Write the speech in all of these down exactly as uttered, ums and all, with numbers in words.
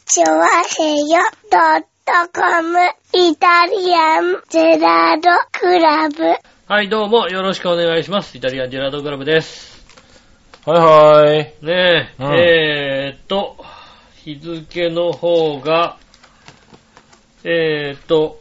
チョワヘヨドットコムイタリアンジェラードクラブ。 はい、どうもよろしくお願いします。イタリアンジェラードクラブです。 はいはーい。 ねえ、うん、えーっと、日付の方が、えーっと、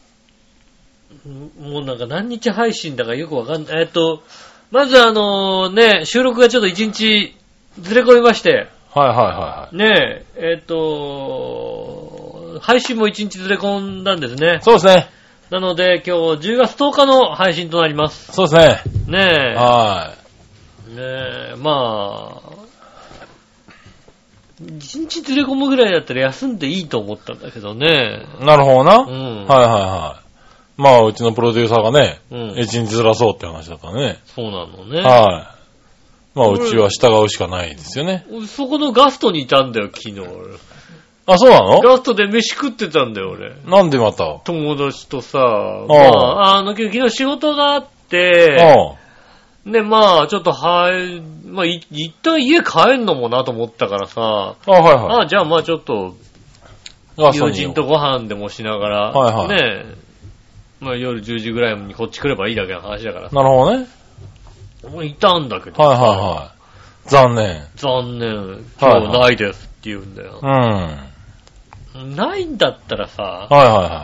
もうなんか何日配信だかよくわかんない。えーっと、まずあのね、収録がちょっと一日ずれ込みまして。 はいはいはい。 ねえ、えーっと、配信も一日ずれ込んだんですね。 そうですね。 なので今日じゅうがつとおかの配信となります。 そうですね。 ねえ。 はい。 ねえ、まあ、一日ずれ込むぐらいだったら休んでいいと思ったんだけどね。 なるほどな。 うん。 はいはいはい。まあ、うちのプロデューサーがね、 うん、 一日ずらそうって話だったね。 そうなのね。 はい。まあ、うちは従うしかないですよね。 そこのガストにいたんだよ、昨日。 あ、そうなの？ ガストで飯食ってたんだよ、俺。 なんでまた？ 友達とさ、まあ、あの、昨日仕事があって、で、まあ、ちょっと、はい、まあ、い、一旦家帰んのもなと思ったからさ、 あ、はいはい。 あ、じゃあまあちょっと、友人とご飯でもしながら、はいはい、ねえ、まあ夜じゅうじぐらいにこっち来ればいいだけの話だから。 なるほどね。 もういたんだけど。 はいはいはい。残念。 残念。今日ないですって言うんだよ。 はいはい、 うん。ないんだったらさ、 はいはいはい。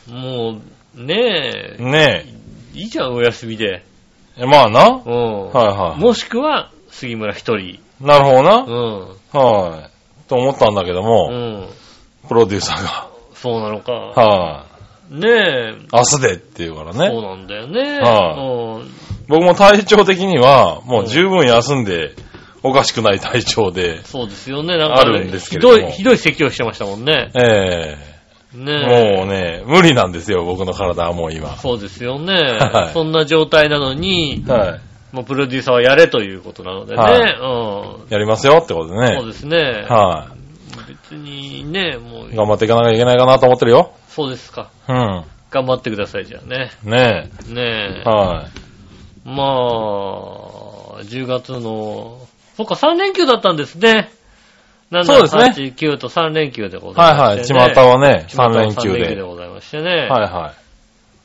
もう、ねえ。 ねえ。いいじゃん、お休みで。 まあな。 うん。 はいはい。 もしくは、杉村一人。 なるほどな。 うん。 はい。と思ったんだけども、 うん。 プロデューサーが。 そうなのか。 はい、 ねえ。 明日でって言うからね。 そうなんだよね。 はい、うん、僕も体調的には、もう十分休んで、おかしくない体調で。 そうですよね。なんか、ね、 あるんですけれども。 ひどい、ひどい咳をしてましたもんね。 ええー。ねもうね、無理なんですよ、僕の体はもう今。 そうですよね。 はい、 そんな状態なのに、 はい。 もうプロデューサーはやれということなのでね。 はい、 うん。 やりますよってことでね。 そうですね。 はい。 別にね、もう。 頑張っていかなきゃいけないかなと思ってるよ。 そうですか。 うん。 頑張ってください、じゃあね。 ねえ。ねえ。はい。 まあ、じゅうがつの、そっか、さん連休だったんですね。 そうですね。 はち、きゅうとさん連休でございまして、ね。 はいはい。巷はね、さん連休で。さん連休でございましてね。 はいはい。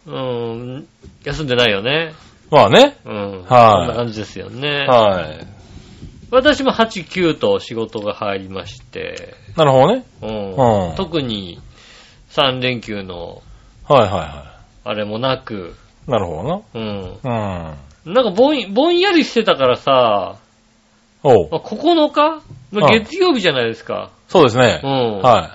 うん、休んでないよね。 まあね。 うん。はい。そんな感じですよね。 はい。 私もはち、きゅうと仕事が入りまして。 なるほどね。 うん。うん、特にさん連休の、 はいはいはい。 あれもなく。 なるほどな。 うん。 うん。 なんかぼん、ぼんやりしてたからさ、 おう。 まあ、ここのか、まあ、月曜日じゃないですか。 そうですね。 うん。 はい。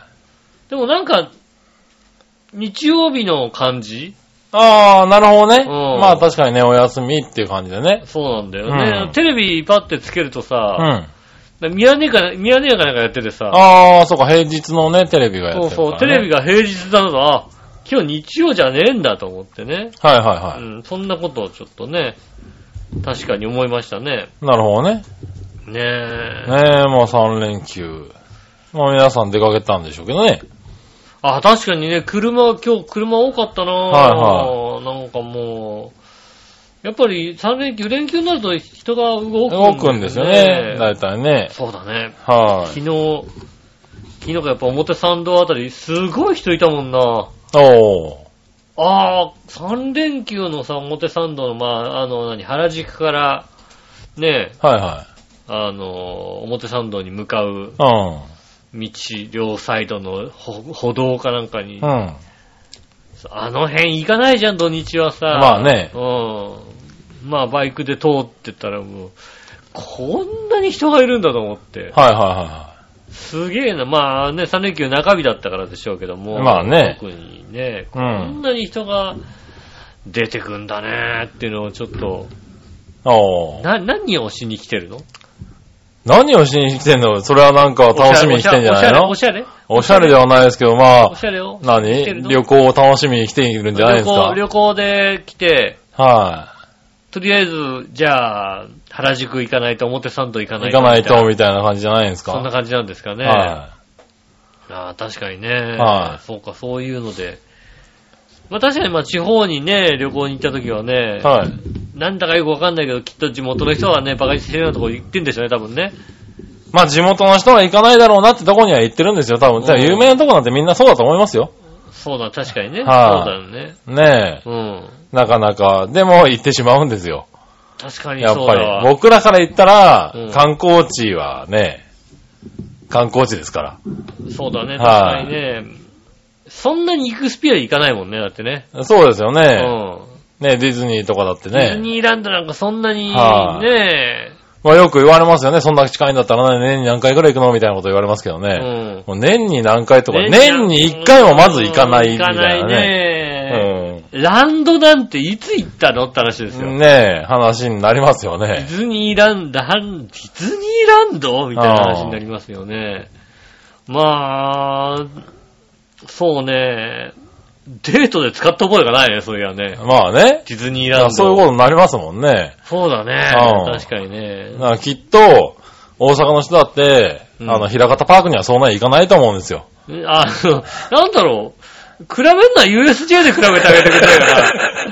でもなんか、日曜日の感じ？ ああ、なるほどね。 うん。 まあ確かにね、お休みっていう感じでね。 そうなんだよね。 うん、 テレビパッてつけるとさ、 うん。 ミヤネか、ミヤネ屋かなんかやっててさ。 ああ、そうか、平日のね、テレビがやってるから、ね。 そうそう、テレビが平日だと、あ、今日日曜じゃねえんだと思ってね。 はいはいはい。 うん、そんなことをちょっとね、確かに思いましたね。 なるほどね。 ねえ。 ねえ、もうさん連休。まあ皆さん出かけたんでしょうけどね。 あ、確かにね、車、今日車多かったなぁ。 はいはい。 なんかもう、やっぱりさん連休、連休になると人が動くんですよね。 動くんですよね。だいたいね。 そうだね。 はい。 昨日、昨日がやっぱ表参道あたり、すごい人いたもんな。 おー。 ああ、さん連休のさ、表参道の、まあ、あの、何、原宿から、ねえ。はいはい。 あの、表参道に向かう、 うん。 道、両サイドの歩道かなんかに、 うん。 あの辺行かないじゃん、土日はさ。 まあね。 うん。まあ、バイクで通ってったらもう、こんなに人がいるんだと思って。 はいはいはい。 すげえな。まあね、さん連休中日だったからでしょうけども。 まあね。 特にね、こんなに人が出てくんだねっていうのをちょっと。 おー。 な、何をしに来てるの？ 何をしに来てんの？それはなんか楽しみに来てんじゃないの？ おしゃれ？ おしゃれではないですけど、まあ。 おしゃれを何？旅行を楽しみに来ているんじゃないですか？ 旅行、旅行で来て。 はい。 とりあえず、じゃあ、原宿行かないと、表参道行かないと。 行かないと、みたいな感じじゃないんですか？ そんな感じなんですかね。 はい。 ああ、確かにね。 はい。 そうか、そういうので。まあ確かにまあ地方にね、旅行に行った時はね。 はい。 なんだかよくわかんないけど、きっと地元の人はね、バカにしてるようなところ行ってんでしょうね、多分ね。 まあ地元の人は行かないだろうなってとこには行ってるんですよ、多分。だから有名なとこなんてみんなそうだと思いますよ。 そうだ、確かにね。 はそうだよね。 ねえ。 うん。 なかなか、でも行ってしまうんですよ。 確かにやっぱそうだわ。 り、僕らから言ったら、 うん観光地はね、観光地ですから。 そうだね、確かにね。そんなに行くスピード行かないもんね、だってね。 そうですよね。 うん。 ね、ディズニーとかだってね。 ディズニーランドなんかそんなに、 はいねまあよく言われますよね。そんな近いんだったら年に何回くらい行くのみたいなこと言われますけどね。 うんもう年に何回とか、 年年に一回もまず行かないみたいなね。 行かないね。ランドなんていつ行ったのって話ですよ。 ねえ、話になりますよディね。 ズニーランド、ディズニーランドみたいな話になりますよね。まあ、そうね。デートで使った覚えがないね、そういやね。 まあね。 ディズニーランド。 そういうことになりますもんね。 そうだね。 うん確かにね。 だからきっと、大阪の人だって、 うんあの、平方パークにはそんなに行かないと思うんですよ。 あの、なんだろう。比べんのは ユーエスジェー で比べてあげてくれないかな。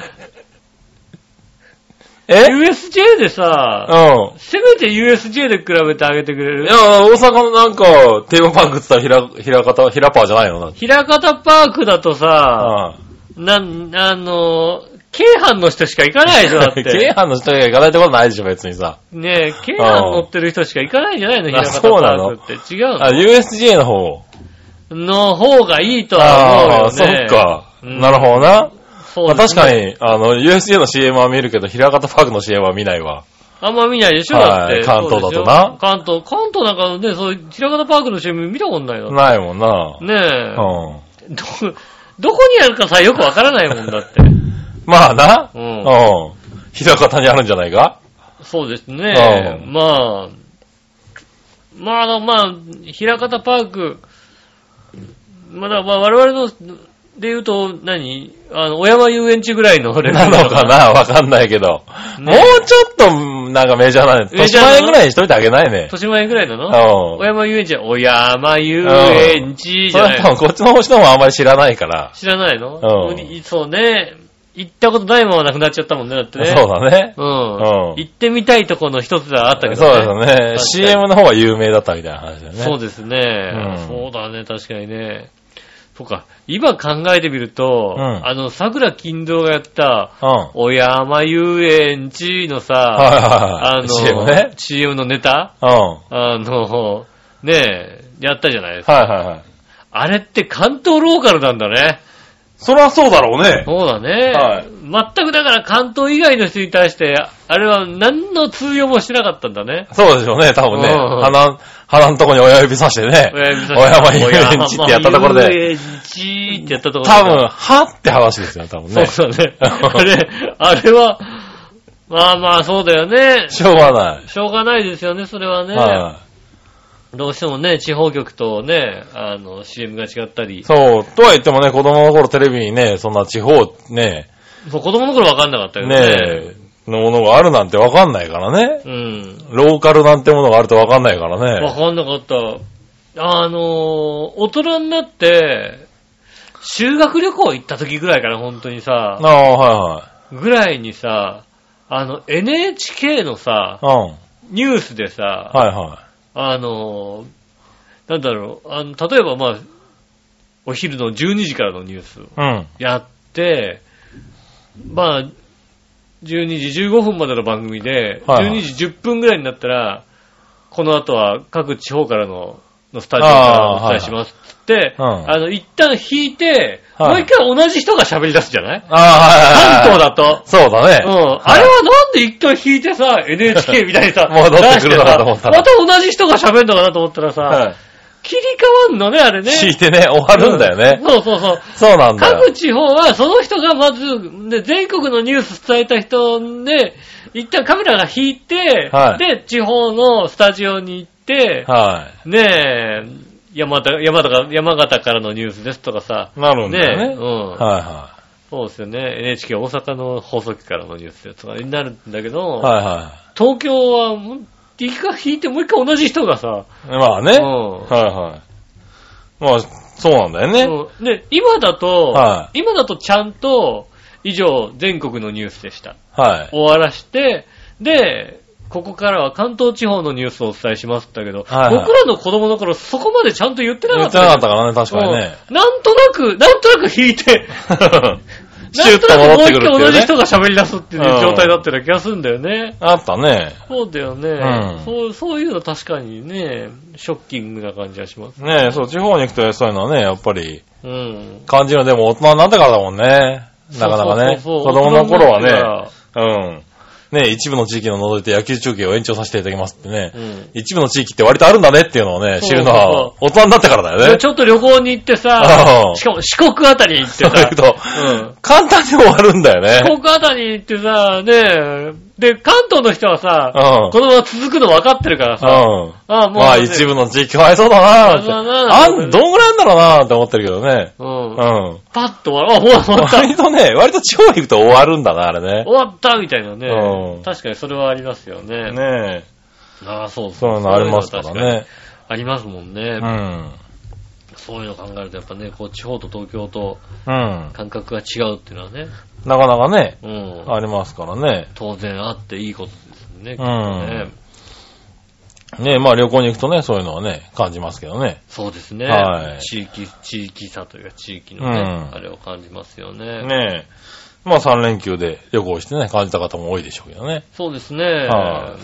えユーエスジェー でさ、 うん。 せめて ユーエスジェー で比べてあげてくれるいや、大阪のなんか、テーマパークって言ったら、ひら、ひらかた、ひらパーじゃないのな。 平方パークだとさ、 うん。 なん、あの、京阪の人しか行かないでしょ、だって。 京阪の人が行かないってことないでしょ、別にさ。 ねえ、京阪乗ってる人しか行かないんじゃないの、平あ方パークって。違うのあ、ユーエスジェー の方。 の方がいいとは思うよね。 ああ、そっか。 うんなるほどな。 そうまあ、 ですね確かに、あの、ユーエスジェー の シーエム は見るけど、平方パークの シーエム は見ないわ。 あんま見ないでしょ、 はいだって。 関東だとなそうでしょ関東、関東なんかね、そういう、平方パークの シーエム 見たことないよ。 ないもんな。 ねえ。 うん。 ど、どこにあるかさ、よくわからないもんだって。 まあな。 ううんん。平方にあるんじゃないかそうですね。 うんまあ、まあ、あの、まあ、平方パーク、まだ、まあ、我々の、で言うと何、あの、小山遊園地ぐらいのレベルなのかなわかんないけど。 ねもうちょっと、なんかメジャーなね。 メジャーな年前ぐらいにしといてあげないね。 豊島園ぐらいなのうん小山遊園地、小山遊園地じそれゃないは多分こっちの人もあんまり知らないから。 知らないのうんそうね。行ったことないままなくなっちゃったもんね、だってね。 そうだね。 うん。 うん行ってみたいところの一つではあったけどね。 そうですね。シーエム の方は有名だったみたいな話だよね。 そうですね、 うんそうだね、確かにね。そうか。今考えてみると、 うんあの、桜金堂がやった、 うん。 小山遊園地のさ、 はいはいはい。 あの、 シーエム ね。 シーエム のネタうん。はあの、ねえ、やったじゃないですいか。 はいはい。 あれって関東ローカルなんだね。 そりゃそうだろうね。 そうだね。 はい全くだから関東以外の人に対して、あれは何の通用もしてなかったんだね。 そうでしょうね、多分ね。 うん鼻、鼻のとこに親指さしてね。 親指さして小山遊園地ってやったところで。 小山遊園地ってやったところで。 多分、はって話ですよ、多分ね。 そうだね。あれ、あれは、まあまあそうだよね。 しょうがない。 しょうがないですよね、それはね。 はどうしてもね、地方局とね、あの、シーエム が違ったりい。。そう。とは言ってもね、子供の頃テレビにね、そんな地方、ね、 そう、子供の頃わかんなかったよね。 ね、のものがあるなんてわかんないからね。 うん。 ローカルなんてものがあるとわかんないからわね。 かんなかった。あのー、大人になって、修学旅行行った時ぐらいかな、本当にさあ、あ、はぐらいにさ、あの、エヌエイチケー のさい、はい。 ニュースでさ、 うん。はいはあのー、なんだろう、あの、例えばまあ、お昼のじゅうにじからのニュースい。うん。 やって、まあ、じゅうにじじゅうごふんまでの番組で、 はいはいじゅうにじじゅっぷんぐらいになったら、この後は各地方からの、のスタジオからお伝えしますっつって、 はいはいうんあの、一旦引いて、 はいもう一回同じ人が喋り出すじゃないああ、はいはいはい。 関東だと。 そうだね。 うん。あれはなんで一回引いてさ、エヌエイチケー みたいにさ、 戻ってくるのかと思ったら出してさまた同じ人が喋るのかなと思ったらさ、 はい切り替わんのね、あれね。 聞いてね、終わるんだよね。 そうそうそう。 そうなんだよ。 各地方は、その人がまず、ね、全国のニュース伝えた人で、一旦カメラが引いて、 はいで、地方のスタジオに行って、 はねえ、山形、山形、山形からのニュースですとかさ、 い。なるんだよね。 ねえ、うん。 はいはそうですよね。エヌエイチケー 大阪の放送局からのニュースですとかになるんだけど、 い。はいは東京は、もう一回引いてもう一回同じ人がさ、 い。まあね。 うんはいはい。まあ、そうなんだよね。 うんで、今だと、 は今だとちゃんと、以上、全国のニュースでした。 はい。 終わらして、で、 ここからは関東地方のニュースをお伝えしますだけど、 はいはい僕らの子供の頃そこまでちゃんと言ってなか言ってった、ね。 なかったからね、確かにね。 うんなんとなく、なんとなく引いて、 シュッと戻ってくるっていうね。 なんとなくもう一回同じ人が喋り出すっていう状態だったような気がするんだよね。 あったね。 そうだよね、 うんそう。そういうの確かにね、ショッキングな感じがします。 ねえ、そう、地方に行くとそういうのはね、やっぱり、 うん。 感じるのでも大人になってからだもんね。なかなかね。 そうそうそう子供の頃は大人になっね、うん。ね、一部の地域を除いて野球中継を延長させていただきますってね、 うん、 一部の地域って割とあるんだねっていうのをね、知るのそうそうは大人になってからだよね。 ちょっと旅行に行ってさ、しかも四国あたりに行ってさ、 そういうと、 うん、簡単に終わるんだよね。 四国あたりに行ってさ、ねで、関東の人はさ、 うん、 このまま続くの分かってるからさ、 うん、 ああもう、 まあ一部の地域かわいそうだなーって。あん、どんぐらいなんだろうなーって思ってるけどね。 うん。 うん。 パッと終わる。あ、終わった。 割とね、割と地方行くと終わるんだな、あれね。 終わったみたいなね。 うん。 確かにそれはありますよね。 ねえ。ああ、そうそう。 そういうのありますからね。 ありますもんね。 うん。 そういうの考えるとやっぱね、こう地方と東京とうん。 感覚が違うっていうのはね。 なかなかね、 うん。 ありますからね。 当然あっていいことですね。 うん。ねえ、まあ旅行に行くとね、そういうのはね、感じますけどね。 そうですね。 はい。 地域、地域差というか地域のね、うん、あれを感じますよね。 ねえ。まあさん連休で旅行してね、感じた方も多いでしょうけどね。 そうですね。 はい。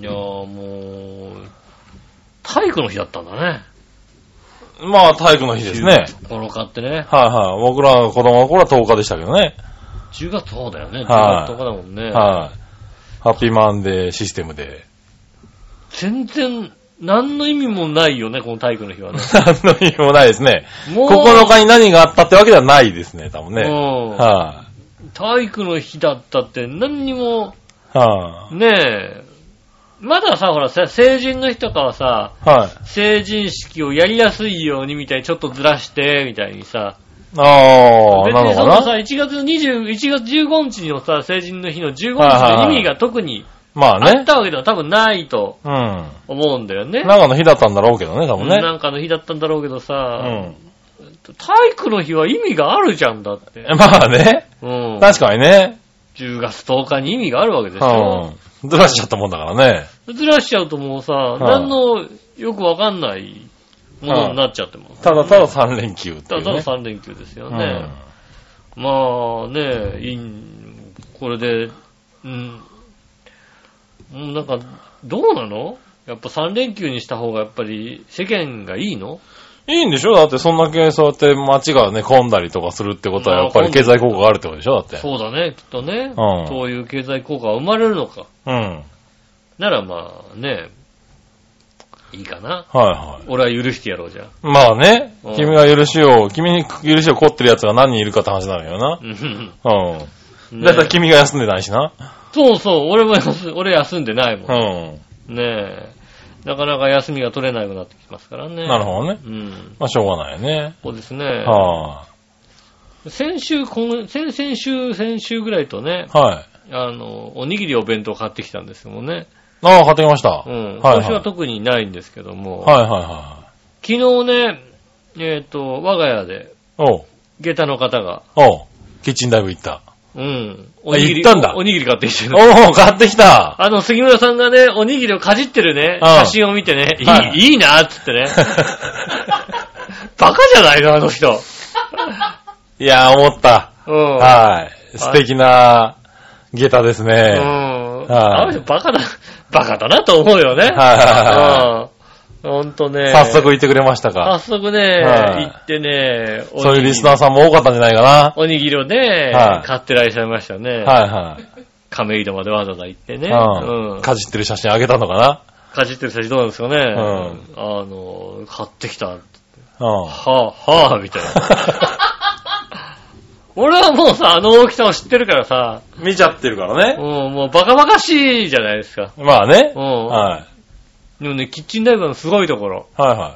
いやもう、体育の日だったんだね。 まあ体育の日ですね。 このかってね。 はいはい。僕らが子供の頃はとおかでしたけどね。 じゅうがつそうだよね。じゅうがつとおかだもんね。 はい。はい。ハッピーマンデーシステムで。 全然、何の意味もないよね、この体育の日はね。 何の意味もないですね。もうここのかに何があったってわけではないですね、多分ね。うん。はい。 体育の日だったって何にも、 はあ、ねえ、まださ、ほら、成人の日とかはさ、はい、成人式をやりやすいようにみたいにちょっとずらして、みたいにさ、 ああ、 別にそのさ、いちがつにじゅう、いちがつじゅうごにちのさ、成人の日のじゅうごにちの意味が特に、まあね。あったわけでは多分ないと、思うんだよね。 なんかの日だったんだろうけどね、多分ね。 なんかの日だったんだろうけどさ、うん、体育の日は意味があるじゃんだって。 まあね。うん、確かにね。 じゅうがつとおかに意味があるわけでしょ。 うん。ずらしちゃったもんだからね。 ずらしちゃうともうさ、うん、何のよくわかんないものになっちゃってます、ね、 ただたださん連休っていう、ね。 ただたださん連休ですよね。うん、まあね、いい、これで、うん、なんか、どうなの？やっぱさん連休にした方がやっぱり世間がいいの？ いいんでしょ？だってそんだけそうやって街がね、混んだりとかするってことはやっぱり経済効果があるってことでしょ？だって。 そうだね、きっとね。うん。そういう経済効果が生まれるのか。 うん。 ならまあね、いいかな。 はいはい。 俺は許してやろうじゃん。 まあね、うん、君が許しを、君に許しを凝ってる奴が何人いるかって話なのよな。うん。うん。だいたい君が休んでないしな。 そうそう、俺も休、俺休んでないもん。うん。ねえ。なかなか休みが取れなくなってきますからね。 なるほどね。うん。まあしょうがないよね。 そうですね。 はあ。先週、今、先、先週、先週ぐらいとね。 はい。 あの、おにぎりお弁当買ってきたんですよね。 ああ、買ってきました。 うん。はい、はい。今週は特にないんですけども。 はいはいはい。 昨日ね、えっと、我が家で。 おう。 下駄の方が。 おう。キッチンダイブ行った。 うん。おにぎり、 行ったんだ。 おにぎり買ってきてる。 おお、買ってきた。 あの、杉村さんがね、おにぎりをかじってるね、写真を見てね、いい、はい、いいなーっつってね。バカじゃないの、あの人。 いやー、思った。うん。はい。素敵な下駄ですね。うん。 はい。あの人バカだ、バカだなと思うよね。はいはいはい。ほんとね。 早速行ってくれましたか。 早速ね、はい、行ってね、 そういうリスナーさんも多かったんじゃないかな。 おにぎりをね、はい、買ってらっしゃいましたね。はいはい。亀戸までわざわざ行ってね。 うん。うん、かじってる写真あげたのかな。 かじってる写真どうなんですかね。うん。あの、買ってきた。うん。はぁ、はぁ、みたいな。俺はもうさ、あの大きさを知ってるからさ。 見ちゃってるからね。 うん、もうバカバカしいじゃないですか。 まあね。 うん。はい。でもね、キッチンダイブのすごいところ。はいはい。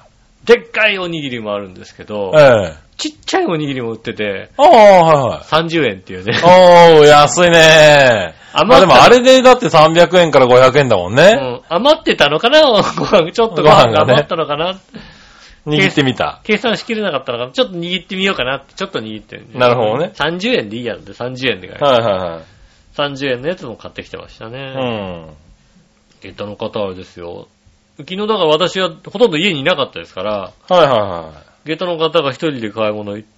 でっかいおにぎりもあるんですけど、ええ、ちっちゃいおにぎりも売ってて、 ああ、はいはい。 さんじゅうえんっていうね。 おー、安いねー。まあでもあれでだってさんびゃくえんからごひゃくえんだもんね。うん。 余ってたのかなご飯、ちょっとご飯が余ったのかな、ね、 握ってみた。 計算しきれなかったのかなちょっと握ってみようかなって、ちょっと握ってる、 ね。なるほどね。 さんじゅうえんでいいやんで、さんじゅうえんで買いはいはいはい。 さんじゅうえんのやつも買ってきてましたね。 下駄の方はですよ。昨日だから私はほとんど家にいなかったですから、 はいはいはい。 下駄の方が一人で買い物行って、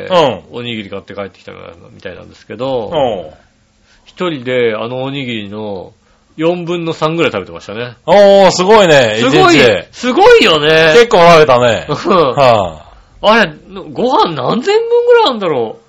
うん、おにぎり買って帰ってきたみたいなんですけど、うん、一人であのおにぎりのよんぶんのさんぐらい食べてましたね。 おー、すごいね。 すごい、すごいよね。 結構食べたね。はあ、あれ、ご飯何千分ぐらいあるんだろう。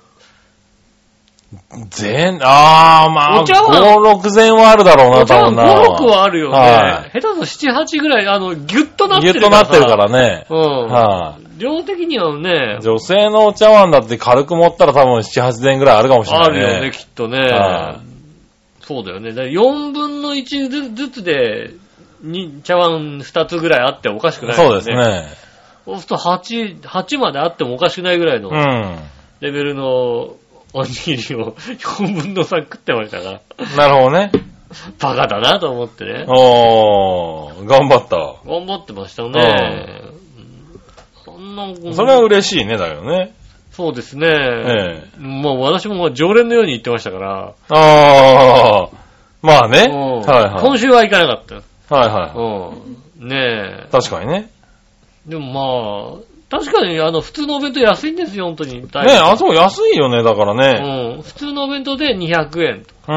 全、あー、まあ、ご、ろくぜんはあるだろうな、多分な。 ご、ろくはあるよね。はい、下手すとなな、はちぐらい、あの、ギュッとなってるから。ギュッとなってるからね。 うん。はい、量的にはね。 女性のお茶碗だって軽く持ったら多分なな、はちぜんぐらいあるかもしれないね。 あるよね、きっとね。はい、そうだよね。だよんぶんのいちずつで、に、茶碗ふたつぐらいあってもおかしくないよね。 そうですね。 そうするとはち、はちまであってもおかしくないぐらいの、レベルの、おにぎりをよんぶんのさん食ってましたから。 なるほどね。 バカだなと思ってね。 おー、頑張った。 頑張ってましたね。そんなそれは嬉しいね、だよね。 そうですね。ええ、もう私ももう常連のように言ってましたから。 あー、まあね。 はいはい、今週は行かなかったよ。 はいはい。 うん、ねえ。 確かにね。 でもまあ、確かに、あの、普通のお弁当安いんですよ、本当に。ねえ、あ、そう、安いよね、だからね。うん。普通のお弁当でにひゃくえん。 うん。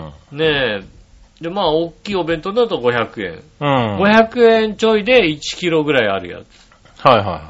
ねえ。で、まあ、大きいお弁当だとごひゃくえん。 うん。 ごひゃくえんちょいでいちキロぐらいあるやつ。 はいはい。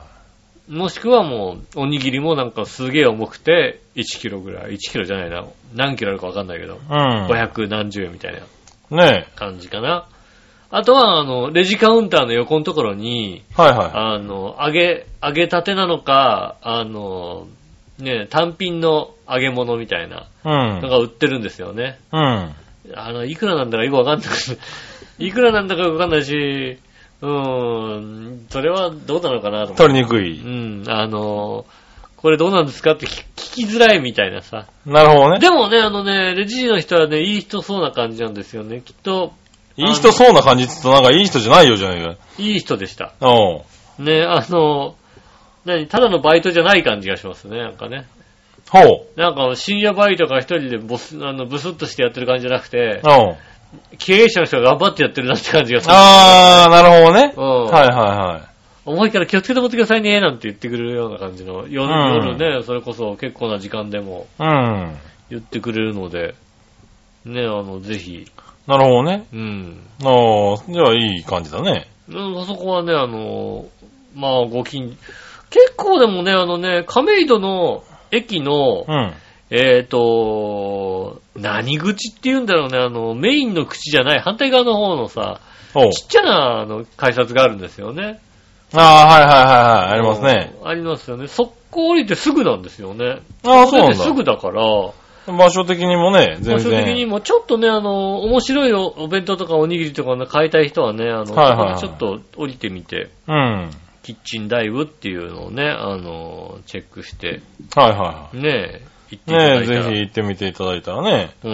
もしくはもう、おにぎりもなんかすげえ重くて、いちキロぐらい。いちキロじゃないな。何キロあるかわかんないけど。うん。ごひゃくなんじゅうえんみたいな。 ねえ。 感じかな。あとは、あの、レジカウンターの横のところに、 はいはい。 あの、揚げ、揚げたてなのか、あの、ね、単品の揚げ物みたいなのが売ってるんですよね。 うん。 あの、いくらなんだかよくわかんない。いくらなんだかよくわかんないし、うーん、それはどうなのかなと思って。 取りにくい。 うん、あの、これどうなんですかって聞きづらいみたいなさ。 なるほどね。 でもね、あのね、レジの人はね、いい人そうな感じなんですよね。きっと、 いい人そうな感じって言うとなんかいい人じゃないよじゃないか。 いい人でした。 おう。ね、あの、何、ただのバイトじゃない感じがしますね、なんかね。 ほう。 なんか深夜バイトが一人でボス、あの、ブスッとしてやってる感じじゃなくて、 おう。 経営者の人が頑張ってやってるなって感じがする。 あー、なるほどね。 うん。 はいはいはい。 重いから気をつけて持ってくださいね、なんて言ってくれるような感じの、夜、うん、夜ね、それこそ結構な時間でも、 うん。 言ってくれるので、ね、あの、ぜひ、 なるほどね。 うん。 ああ、じゃあいい感じだね。 あそこはね、あの、まあ、ご近、結構でもね、あのね、亀戸の駅の、 うん、 えっ、ー、と、何口って言うんだろうね、あの、メインの口じゃない、反対側の方のさ、ちっちゃな、あの、改札があるんですよね。 ああ、はいはいはいはい、ありますね。 ありますよね。そこ降りてすぐなんですよね。 ああ、そうなんだ。 すぐだから、 場所的にもね、全然。場所的にも、ちょっとね、あの、面白いお弁当とかおにぎりとか、ね、買いたい人はね、あの、はいはいはい、ちょっと降りてみて、 うん。 キッチンダイブっていうのをね、あの、チェックして、 はいはい。 ね、行っていただいたら。 ね、ぜひ行ってみていただいたらね。 うん。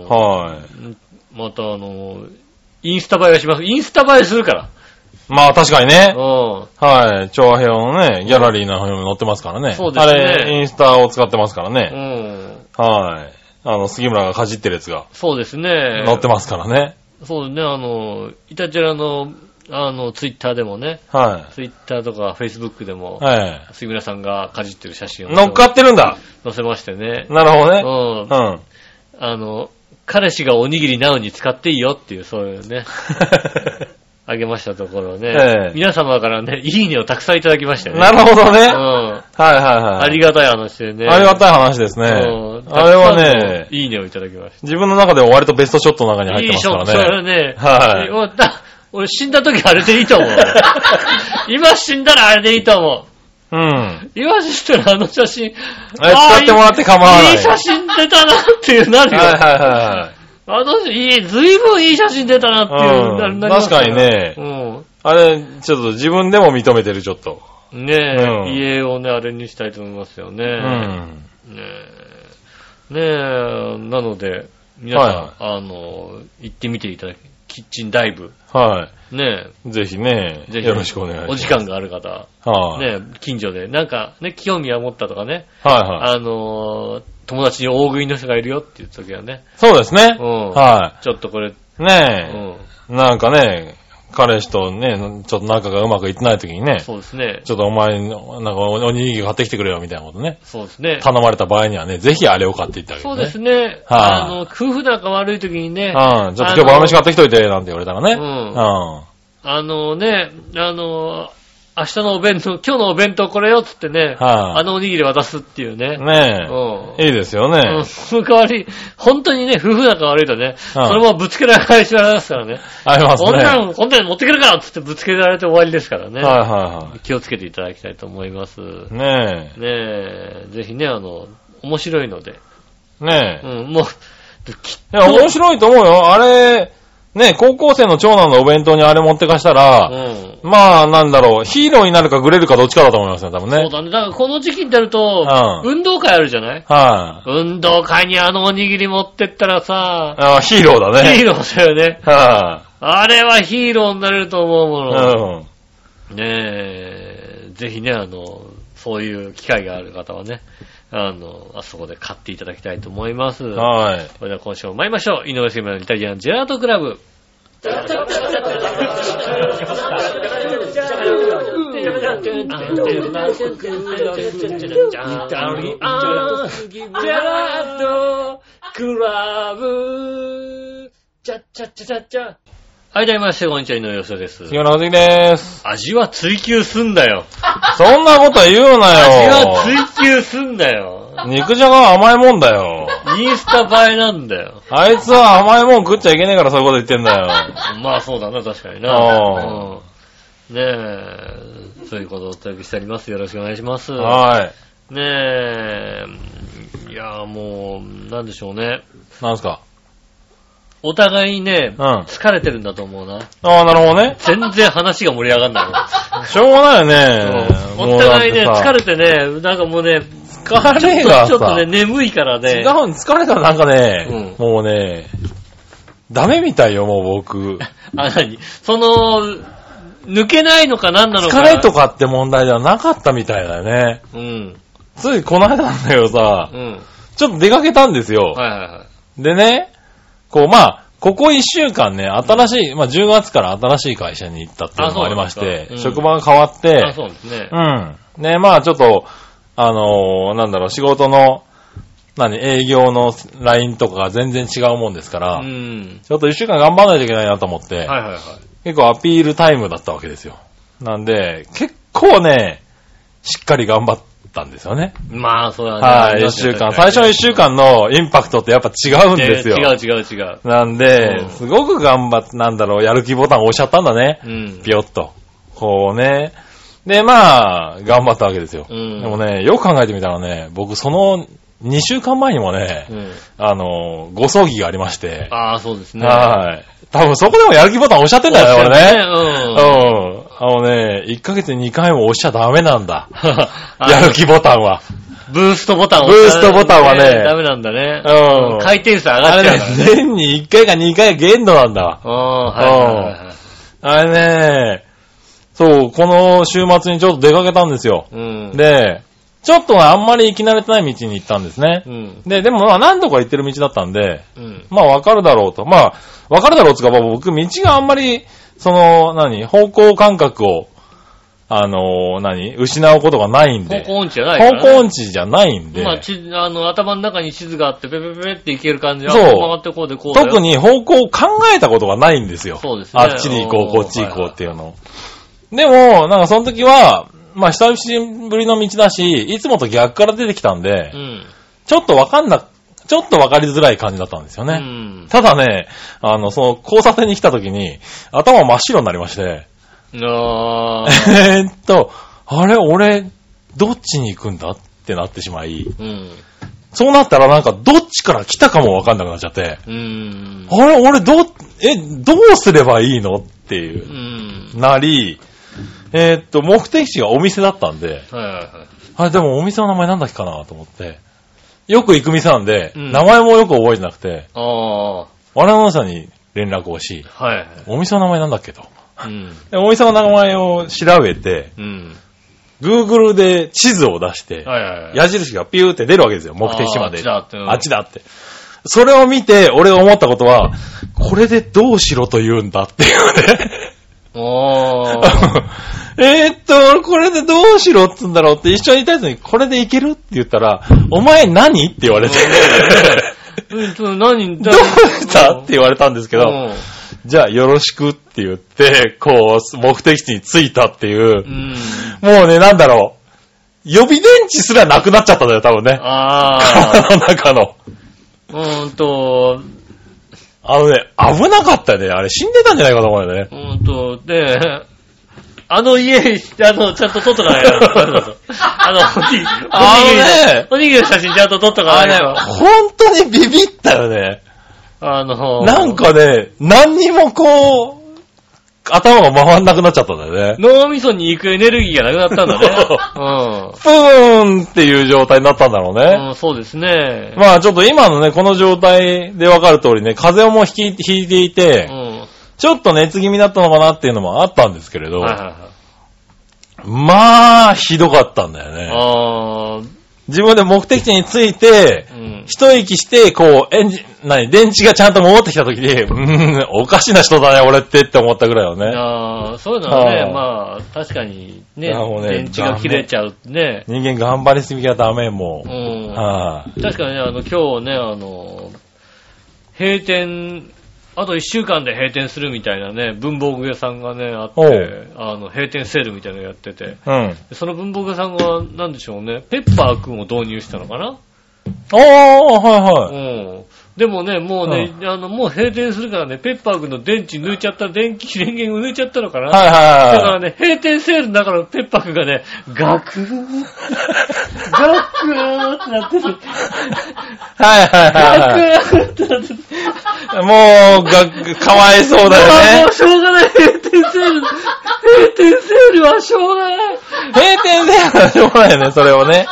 はい。 またあの、インスタ映えがします。インスタ映えするから。 まあ確かにね。 うん。 はい。調和平和のね、ギャラリーの方にも載ってますからね。 そうですね。 あれ、インスタを使ってますからね。 うん。 はい。あの、杉村がかじってるやつが。 そうですね。 載ってますからね。 そうですね。あの、イタチラの、あの、ツイッターでもね。 はい。 ツイッターとかフェイスブックでも。 はい。 杉村さんがかじってる写真を。 乗っかってるんだ。 載せましてね。 なるほどね。 うん。うん。あの、彼氏がおにぎりなのに使っていいよっていう、そういうね。あげましたところね、ええ。皆様からね、いいねをたくさんいただきましたね。 なるほどね。うん。 はいはいはい。 ありがたい話でね。 ありがたい話ですね。うん。あれはね、 いいねをいただきました。 自分の中でも割とベストショットの中に入ってますからね。いいショット、それね。 はい。 俺死んだ時あれでいいと思う。今死んだらあれでいいと思う。うん。 今死んだらあの写真。 あれ使ってもらって構わない。 いい写真出たなっていうなるよ。 はいはいはい。 あの、いい、ずいぶんいい写真出たなっていう、 うん、確かにね。うん。あれ、ちょっと自分でも認めてる、ちょっと。 ねえ、うん、家をね、あれにしたいと思いますよね。うん。ねえ。ねえ、なので、皆さん、はい、あの、行ってみていただき、キッチンダイブ。 はい。 ねえ。ぜひね、ぜひよろしくお願いします。 お時間がある方。はい。ねえ、近所で、なんか、ね、興味を持ったとかね。 はいはい。 あのー、友達に大食いの人がいるよっていう時はね。 そうですね。 うん。 はい。 ちょっとこれねえ、うん、なんかね、彼氏とね、ちょっと仲がうまくいってない時にね。 そうですね。 ちょっとお前、なんかおにぎり買ってきてくれよみたいなことね。 そうですね。 頼まれた場合にはね、ぜひあれを買っていってあげる、ね。 そうですね。はい、あ、あの、夫婦仲悪い時にね。 うん。ちょっと今日晩飯買ってきといて、なんて言われたらね。うん。うん。 あのね、あの、明日のお弁当、今日のお弁当これよっつってね、はい、あのおにぎり渡すっていうね。 ねえ。うん。いいですよね。うん。 その代わり、本当にね、夫婦仲悪いとね、うん、それもぶつけられ返しますからね。 ありますね。 こんなの、こんなの持ってくるからっつってぶつけられて終わりですからね。 はいはいはい。 気をつけていただきたいと思います。 ねえ。 ねえ。ぜひね、あの、面白いので。 ねえ。 うん、もう、いや、面白いと思うよ。あれ、ね、高校生の長男のお弁当にあれ持ってかしたら、うん、まあ、なんだろう、ヒーローになるかグレるかどっちかだと思いますね、多分ね。 そうだね。だからこの時期になると、うん、運動会あるじゃない？ はい、 運動会にあのおにぎり持ってったらさ、 あ、ヒーローだね。 ヒーローだよね。 はい、 あれはヒーローになれると思うもの。 うん、 ねえ、ぜひね、あの、そういう機会がある方はね、あの、あそこで買っていただきたいと思います。 はい。 それでは今週も参りましょう。井上杉村のイタリアンジェラートクラブ。はい、どうもみなさん、こんにちは、井上芳雄です。 杉村和樹です。 味は追求すんだよ。 そんなこと言うなよ。 味は追求すんだよ。 肉じゃがは甘いもんだよ。 インスタ映えなんだよ。 あいつは甘いもん食っちゃいけねえからそういうこと言ってんだよ。 まあそうだな、確かにな。うん、ねえ、そういうことをお届けしております。よろしくお願いします。 はい。 ねえ、いやもう、なんでしょうね。 なんすか。 お互いにね、 うん、 疲れてるんだと思うな。 ああ、なるほどね。 全然話が盛り上がんないの。 しょうがないよね。 お互いね、疲れてね、なんかもうね、 疲れがさ、 ちょっとね、眠いからね。 違う、疲れたらなんかね、うん、もうね、ダメみたいよ、もう僕。 あ、なにその、抜けないのか何なのか。 疲れとかって問題ではなかったみたいだよね。 うん。 ついこの間なんだけどさ、 うん、 ちょっと出かけたんですよ。 はいはいはい。 でね、こう、まあ、ここ一週間ね、新しい、まあ、じゅうがつから新しい会社に行ったっていうのがありまして、うん、職場が変わって、 あ、そうですね。 うん。ね、まあ、ちょっと、あのー、なんだろう、仕事の、何、営業のラインとかが全然違うもんですから、うん、ちょっと一週間頑張らないといけないなと思って、はいはいはい、 結構アピールタイムだったわけですよ。なんで、結構ね、しっかり頑張ったんですよね。 まあ、そうだね。 はい、一週間。最初の一週間のインパクトってやっぱ違うんですよ。 違う違う違う。 なんで、うん、すごく頑張って、なんだろう、やる気ボタンを押しちゃったんだね。うん、ピヨッと。こうね。で、まあ、頑張ったわけですよ。うん、でもね、よく考えてみたらね、僕そのにしゅうかんまえにもね、うん、あの、ご葬儀がありまして。 ああ、そうですね。 はい。多分そこでもやる気ボタン押しちゃってんだよね、俺ね。うん。うん。あのね、いっかげつににかいも押しちゃダメなんだ。やる気ボタンは。 ブーストボタンを押しちゃダメ。ブーストボタンはね。 ダメなんだね。 うん。 回転数上がっちゃうから、ね。 あれね、年にいっかいかにかいが限度なんだわ。 ああ、はいはいはい。 あれね、そう、この週末にちょっと出かけたんですよ。うん、で、ちょっとあんまり行き慣れてない道に行ったんですね。うん、で、でもまあ何度か行ってる道だったんで、うん、まあわかるだろうと。まあ、わかるだろうつか、僕、道があんまり、その、何、方向感覚を、あのー、何失うことがないんで。 方向音痴じゃないから、ね。 方向音痴じゃないんで。 まあ、ち、あの、頭の中に地図があって、ペペペペっていける感じで、 そう。 曲がってこうでこうだよ。 特に方向を考えたことがないんですよ。 そうですね。 あっちに行こう、こっち行こうっていうの。はいはい、でも、なんかその時は、まあ、久しぶりの道だし、いつもと逆から出てきたんで、うん、ちょっとわかんな、ちょっとわかりづらい感じだったんですよね。うん、ただね、あの、その交差点に来た時に、頭真っ白になりまして、 あえーっと、あれ、俺、どっちに行くんだってなってしまい、うん、そうなったらなんか、どっちから来たかもわかんなくなっちゃって、うん、あれ、俺、ど、え、どうすればいいのっていう、うん、なり、えーっと、目的地がお店だったんで、はいはいはい、あれ、でもお店の名前なんだっけかなと思って、よく行く店なんで、うん、名前もよく覚えてなくて、ああ。我々の社に連絡をし、はいはい、お店の名前なんだっけと。うん、でお店の名前を調べて、うん、Google で地図を出して、はいはいはい、矢印がピューって出るわけですよ、目的地まで。あっちだって。うん、あっちだって。 それを見て、俺が思ったことは、これでどうしろと言うんだっていうね。 おー。 えーっと、これでどうしろって言うんだろうって一緒にいたやつに、これでいけるって言ったら、お前何って言われて。 何どうしたって言われたんですけど、じゃあよろしくって言って、こう、目的地に着いたっていう、うん、もうね、なんだろう、予備電池すらなくなっちゃったんだよ、多分ね。ああ。体の中の。 うーんと、 あのね、危なかったよね。あれ死んでたんじゃないかと思うよね。 うーんと、で、あの家、あの、ちゃんと撮っとかないと。あの、おにぎり、おにぎりの写真ちゃんと撮っとかないと。 あれ、本当にビビったよね。あの、なんかね、何にもこう、頭が回んなくなっちゃったんだよね。 脳みそに行くエネルギーがなくなったんだね。 うん。プーンっていう状態になったんだろうね。 うん、そうですね。 まあちょっと今のね、この状態でわかる通りね、風邪もひいていて、うん、ちょっと熱気味だったのかなっていうのもあったんですけれど、はいはいはい、まあ、ひどかったんだよね。あ自分で目的地に着いて、うん、一息して、こう、エンジン、何、電池がちゃんと戻ってきた時に、うーん、おかしな人だね、俺ってって思ったぐらいよね。 ああ、そういうのはね、まあ、確かにね、ね電池が切れちゃうね。 人間頑張りすぎはダメ、もう。うん。 はあ、確かにね、あの、今日ね、あの、閉店、あと一週間で閉店するみたいなね、文房具屋さんがね、あって、あの、閉店セールみたいなのやってて、うん。その文房具屋さんが、なんでしょうね、ペッパーくんを導入したのかな？ ああ、はいはい。 うん。でもね、もうね、うん、あの、もう閉店するからね、ペッパーくんの電池抜いちゃった、電気、電源を抜いちゃったのかな？はいはいはい。だからね、閉店セールの中のペッパーくんがね、ガクー、ガクーってなってる。 はいはいはい。 ガクーってなってる。 もう、が、かわいそうだよね。 もうしょうがない、閉店セール。閉店セールはしょうがない。 閉店セールはしょうがないよね、それをね。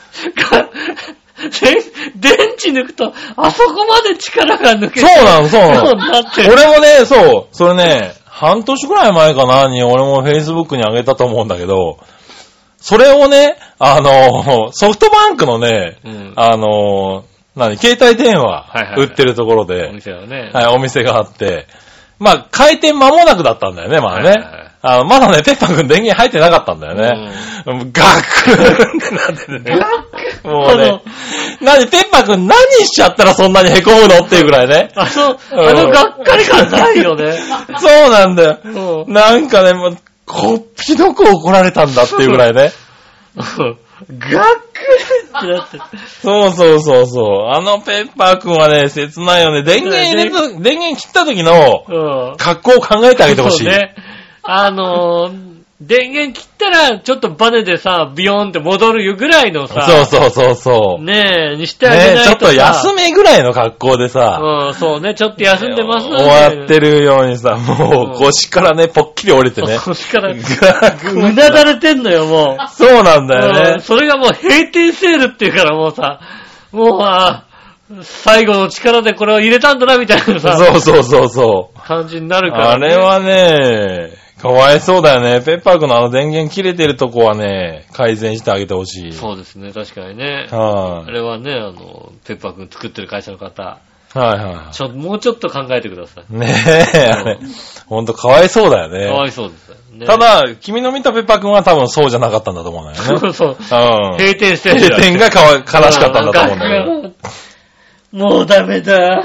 電池抜くと、あそこまで力が抜けてそうなの、そうなの。俺もね、そう、それね、半年くらい前かなに、俺も Facebook に上げたと思うんだけど、それをね、あの、ソフトバンクのね、うん、あの、何、携帯電話売ってるところで、はいはいはい、お店がね、はい、お店があって、まあ、開店間もなくだったんだよね、まあね。はいはいはい、あのまだね、ペッパーくん電源入ってなかったんだよね。うん、ガクーンってなってるね。もうね、なに、ペッパーくん何しちゃったらそんなに凹むのっていうぐらいね。 あの、あのがっかり感ないよね。 そうなんだよ。うん、なんかね、もう、こっぴどく怒られたんだっていうぐらいね。 ガックってなってる。 そうそうそうそう。あのペッパーくんはね、切ないよね。電源入れと、電源切った時の格好を考えてあげてほしい。そうね。 あのー、電源切ったら、ちょっとバネでさ、ビヨーンって戻るぐらいのさ。 そうそうそうそう。 ねえ、にしてあげないとさ。 ねえ、ちょっと休めぐらいの格好でさ。 うん、そうね、ちょっと休んでますね。終わってるようにさ、もう腰からね、ぽっきり折れてね。 腰から、うなだれてんのよ、もう。 そうなんだよね、 うん。それがもう閉店セールっていうからもうさ、もうあ最後の力でこれを入れたんだな、みたいなさ。 そうそうそうそう。 感じになるから、 ね。あれはね、かわいそうだよね。ペッパーくんのあの電源切れてるとこはね、改善してあげてほしい。 そうですね、確かにね。はい、あれはね、あの、ペッパーくん作ってる会社の方。はいはい。ちょ、もうちょっと考えてください。 ねえ、あれ。ほんとかわいそうだよね。 かわいそうですよね。 ただ、君の見たペッパーくんは多分そうじゃなかったんだと思うんだよね。 そうそう。うん。閉店してる。 閉店がかわ悲しかったんだと思うんだけど。 もうダメだ。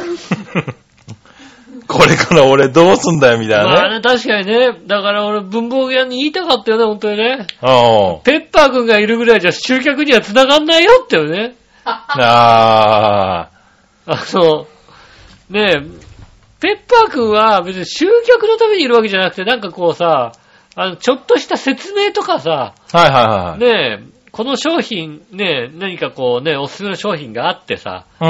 これから俺どうすんだよ、みたいなね。 まあね、確かにね。だから俺、文房具屋に言いたかったよね、本当にね。ああ。ペッパーくんがいるぐらいじゃ集客には繋がんないよってよね。ああ。あの、ねえ、ペッパーくんは別に集客のためにいるわけじゃなくて、なんかこうさ、あの、ちょっとした説明とかさ。はいはいはい。ねえ、この商品、ね、何かこうね、おすすめの商品があってさ、うん。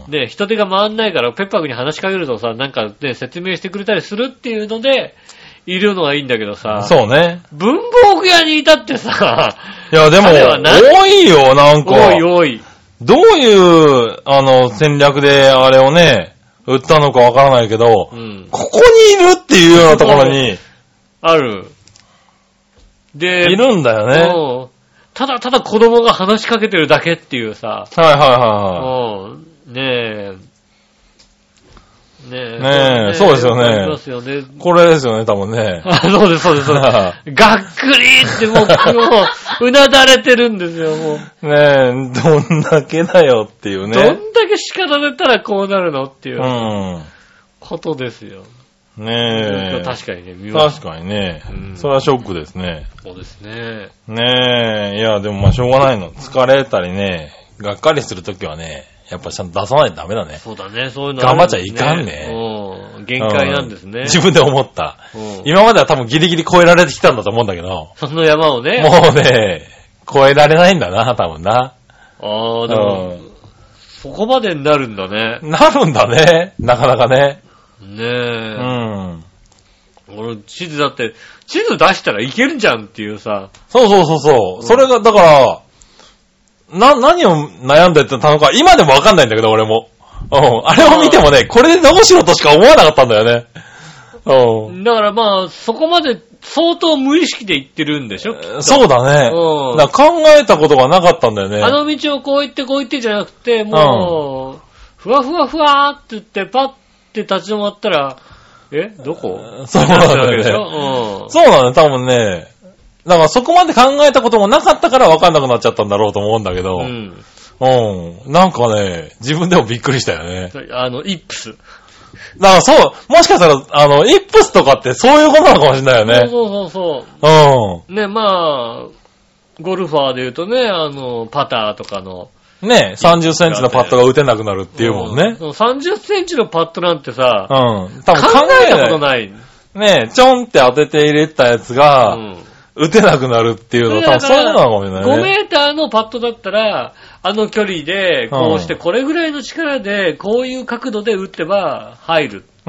で、人手が回んないから、ペッパーくんに話しかけるとさ、なんかね、説明してくれたりするっていうので、いるのはいいんだけどさ、 そうね。 文房具屋にいたってさ、 いや、でも、多いよ、なんか。 多い多い。 どういう、あの、戦略であれをね、売ったのかわからないけど、うん、ここにいるっていうようなところに、 ある。で、 いるんだよね。 ただただ子供が話しかけてるだけっていうさ。 はいはいはいはい。 ねえ。 ねえ。 ねえ、そうですよね。 ありますよね。 これですよね、多分ね。 あ、そうです、そうです、そうです。がっくりってもう、もう、うなだれてるんですよ、もう。 ねえ、どんだけだよっていうね。 どんだけ叱られたらこうなるのっていう、 うん、 ことですよ。 ねえ。 確かにね、見ま確かにね、 うん。 それはショックですね。 そうですね。 ねえ、いや、でもまあしょうがないの。疲れたりね、がっかりするときはね、やっぱちゃんと出さないとダメだね。 そうだね、そういうの、 ね。頑張っちゃいかんね。 うん。限界なんですね。 自分で思った。今までは多分ギリギリ超えられてきたんだと思うんだけど。 その山をね。 もうね、超えられないんだな、多分な。 ああ、でも、うん、そこまでになるんだね。 なるんだね。なかなかね。 ねえ。うん。俺、地図だって、地図出したらいけるじゃんっていうさ。 そうそうそうそう。うん、それが、だから、な、何を悩んでたのか、今でもわかんないんだけど、俺も。うん。あれを見てもね、これでどうしろとしか思わなかったんだよね。うん。 だからまあ、そこまで相当無意識で言ってるんでしょ？ そうだね。うん。だから考えたことがなかったんだよね。 あの道をこう行ってこう行ってじゃなくて、もう、うん、ふわふわふわーって言って、パッて立ち止まったら、えどこ？ そうなんだよね。うん。そうなんだよ、多分ね。だからそこまで考えたこともなかったから分かんなくなっちゃったんだろうと思うんだけど。うん。うん。なんかね、自分でもびっくりしたよね。 あの、イップス。 だからそう、もしかしたら、あの、イップスとかってそういうことなのかもしれないよね。 そうそうそうそう。うん。ね、まあ、ゴルファーで言うとね、あの、パターとかの。 ね、さんじゅっセンチのパットが打てなくなるっていうもんね。 うん、さんじゅっセンチのパットなんてさ、 うん。 多分考えたことない。 ね、ちょんって当てて入れたやつが、うん、打てなくなるっていうのは多分そういうのなのかもしれないね。 ごメーターのパットだったら、あの距離で、こうしてこれぐらいの力で、こういう角度で打ってば入る。うん。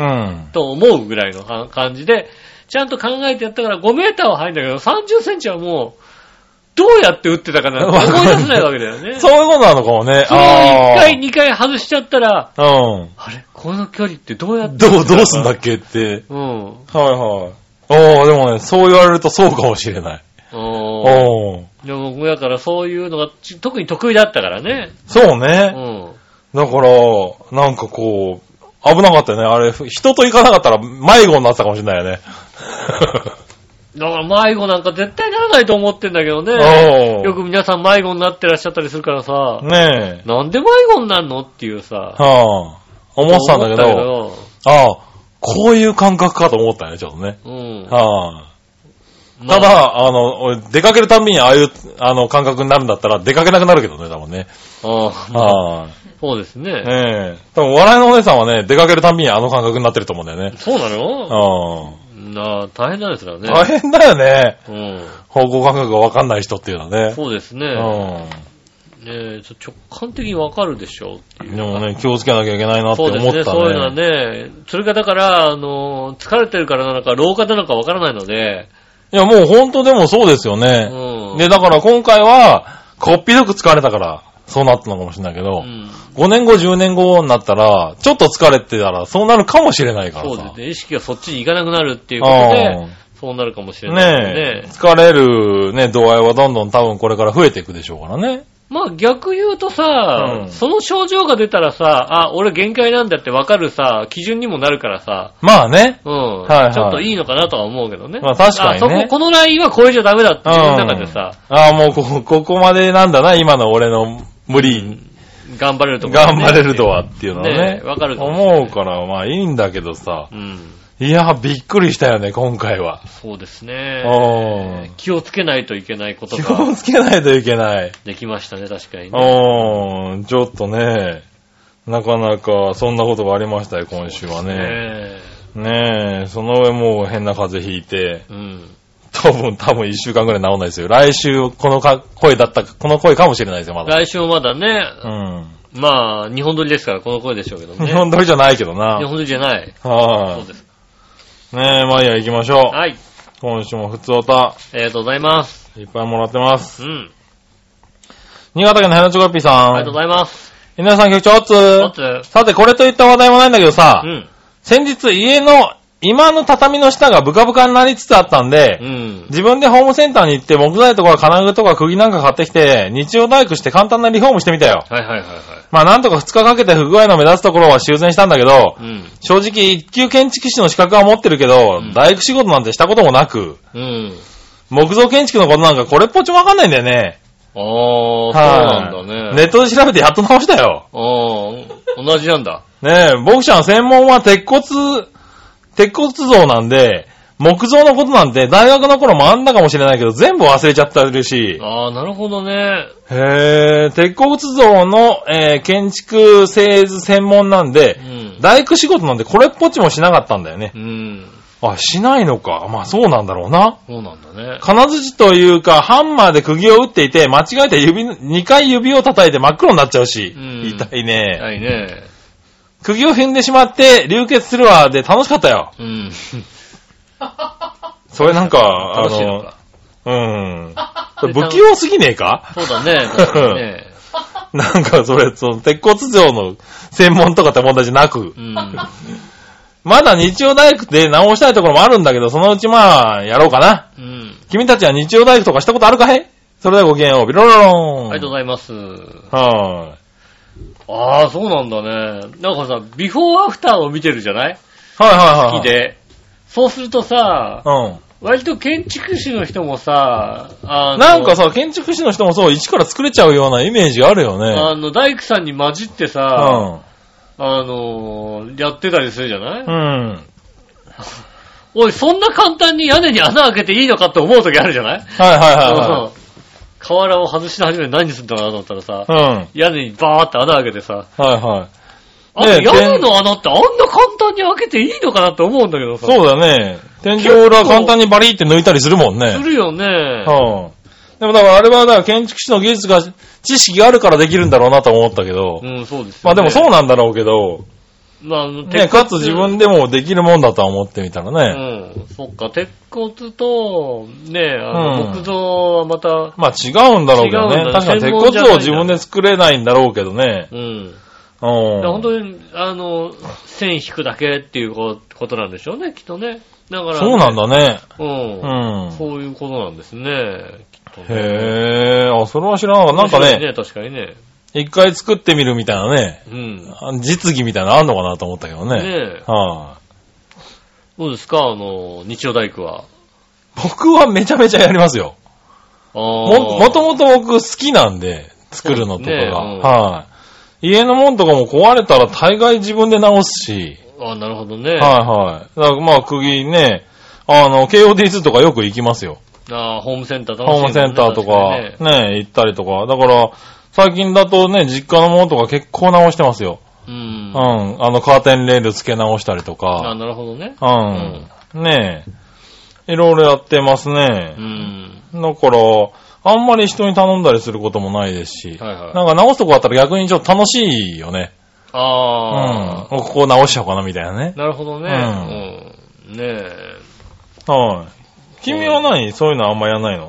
と思うぐらいの感じで、ちゃんと考えてやったからごメーターは入るんだけど、さんじゅっセンチはもう、どうやって打ってたかなって思い出せないわけだよね。 そういうことなのかもね。 それをいっかい、にかい外しちゃったら、 うん。 あれこの距離ってどうやってどう、どうすんだっけって。うん。はいはい。おー、でもね、そう言われるとそうかもしれない。 おー。でも僕だからそういうのが特に得意だったからね。 そうね。うん。だから、なんかこう、危なかったよね。あれ、人と行かなかったら迷子になってたかもしれないよね。 だから迷子なんか絶対ならないと思ってんだけどね。よく皆さん迷子になってらっしゃったりするからさ。ねえ。なんで迷子になるのっていうさ。はあ。思ってたんだけど。けどああ、こういう感覚かと思ったよね、ちょっとね。うん。はあ。まあ、ただ、あの、俺、出かけるたびにああいう、あの、感覚になるんだったら出かけなくなるけどね、多分ね。ああ。 はあ。そうですね。 ええ。多分、笑いのお姉さんはね、出かけるたびにあの感覚になってると思うんだよね。 そうなの？ああ。なあ、大変なんですよね。 大変だよね。うん。方向感覚がわかんない人っていうのはね。 そうですね。うん。ねえ、直感的にわかるでしょっていう。 でもね、気をつけなきゃいけないなって思ったね。そうですね、 そういうのはね。それがだから、あの、疲れてるからなのか、老化なのかわからないので。 いや、もうほんとでもそうですよね。うん。で、だから今回は、こっぴどく疲れたから、そうなったのかもしれないけど、うん、ごねんご、じゅうねんごになったら、ちょっと疲れてたら、そうなるかもしれないからさ。 そうですね。意識がそっちに行かなくなるっていうことで、そうなるかもしれないね。 ねえ。疲れるね、度合いはどんどん多分これから増えていくでしょうからね。 まあ逆言うとさ、うん、その症状が出たらさ、あ、俺限界なんだって分かるさ、基準にもなるからさ。 まあね。 うん。はいはい、ちょっといいのかなとは思うけどね。 まあ確かにね。 あ、そこ、このラインは超えちゃダメだっていう中でさ。 うん、ああ、もうここ、ここまでなんだな、今の俺の無理。うん頑張れるところ、ね、頑張れるとはっていうのはね。 わ、ね、かると思うから、まあいいんだけどさ。うん。いや、びっくりしたよね、今回は。 そうですね。気をつけないといけないことが。 気をつけないといけない。 できましたね、確かにね。 うん。ちょっとね、なかなかそんなことがありましたよ、今週はね。ねえ。ねえ、その上もう変な風邪ひいて。うん。多分、多分一週間ぐらい治んないですよ。来週、このか声だった、この声かもしれないですよ、まだ。 来週もまだね。うん。まあ、日本撮りですから、この声でしょうけどね。 日本撮りじゃないけどな。 日本撮りじゃない。 はい。そうです。ねえ、まあいいや、行きましょう。はい。今週もふつおた。 ありがとうございます。 いっぱいもらってます。うん。新潟県のヘナチョコピーさん。 ありがとうございます。 皆さん局長おつ。おつ。さて、これといった話題もないんだけどさ。うん。先日、家の今の畳の下がブカブカになりつつあったんで、うん、自分でホームセンターに行って木材とか金具とか釘なんか買ってきて、日曜大工して簡単なリフォームしてみたよ。 はいはいはいはい。 まあなんとかふつかかけて不具合の目立つところは修繕したんだけど、うん、正直一級建築士の資格は持ってるけど、うん、大工仕事なんてしたこともなく、うん、木造建築のことなんかこれっぽっちもわかんないんだよね。 ああ、そうなんだね。 ネットで調べてやっと直したよ。 ああ、同じなんだ。 ねえ、僕ちゃん専門は鉄骨、鉄骨造なんで、木造のことなんて大学の頃もあんだかもしれないけど、全部忘れちゃってるし。 ああ、なるほどね。 へえ、鉄骨造の、えー、建築製図専門なんで、うん、大工仕事なんでこれっぽっちもしなかったんだよね。うん。あ、しないのか。まあそうなんだろうな。 そうなんだね。 金槌というか、ハンマーで釘を打っていて、間違えて指、にかい指を叩いて真っ黒になっちゃうし。うん、痛いね。 痛いね。 釘を踏んでしまって流血するわで楽しかったよ。うん。それなんか、あの、うん。不器用すぎねえか？ そうだね。確かにねなんかそれ、その鉄骨造の専門とかって問題じゃなく。うんまだ日曜大工で直したいところもあるんだけど、そのうちまあ、やろうかな。うん。君たちは日曜大工とかしたことあるかい？それではごきげんよう。ビロロローン。 ありがとうございます。 はーい。 ああ、そうなんだね。なんかさ、ビフォーアフターを見てるじゃない？ はいはいはい。 好きで。そうするとさ、うん。割と建築士の人もさ、 あのなんかさ、建築士の人もそう、一から作れちゃうようなイメージあるよね。 あの、大工さんに混じってさ、うん。あのー、やってたりするじゃない？うん。おい、そんな簡単に屋根に穴開けていいのかって思う時あるじゃない？ はいはいはい、はい。 瓦を外し始めて何するんだろうなと思ったらさ、うん。屋根にバーって穴開けてさ、 はいはい。 あ、ね、屋根の穴ってあんな簡単に開けていいのかなって思うんだけどさ。 そうだね。天井裏簡単にバリーって抜いたりするもんね。 するよね。 うん。でもだからあれはだから建築士の技術が、知識があるからできるんだろうなと思ったけど。 うん、そうですよね。 まあでもそうなんだろうけど。 まあ、 ね、かつ自分でもできるもんだとは思ってみたらね。 うん。そっか、鉄骨と、ね、あの、うん、木造はまた。 まあ違うんだろうけどね。確かに鉄骨を自分で作れないんだろうけどね。うん。うん。 本当に、あの、線引くだけっていうことなんでしょうね、きっとね。だから、ね。 そうなんだね。 うん。うん。そういうことなんですね。きっとね、 へー。あ、それは知らなかった。なんかね。 ね、確かにね。 一回作ってみるみたいなね。うん。実技みたいなのあんのかなと思ったけどね。 ねえ。はい、どうですかあの、日曜大工は。 僕はめちゃめちゃやりますよ。あも、もともと僕好きなんで、作るのとかが。ねうん、はい、家のもんとかも壊れたら大概自分で直すし。 ああ、なるほどね。 はいはい。だからまあ、釘ね、あの、ケーオーディーツー とかよく行きますよ。 ああ、ホームセンター楽しい、ね、ホームセンターとか、ね、ね、行ったりとか。だから、最近だとね、実家のものとか結構直してますよ。うん。うん。あの、カーテンレール付け直したりとか。 あ、なるほどね。 うん。うん、ねえ。いろいろやってますね。うん。だから、あんまり人に頼んだりすることもないですし。はいはい。なんか直すとこあったら逆にちょっと楽しいよね。ああ。うん。ここ直しちゃおうかなみたいなね。 なるほどね。うん。うん、ねえ。はい。君は何？そういうのあんまやんないの？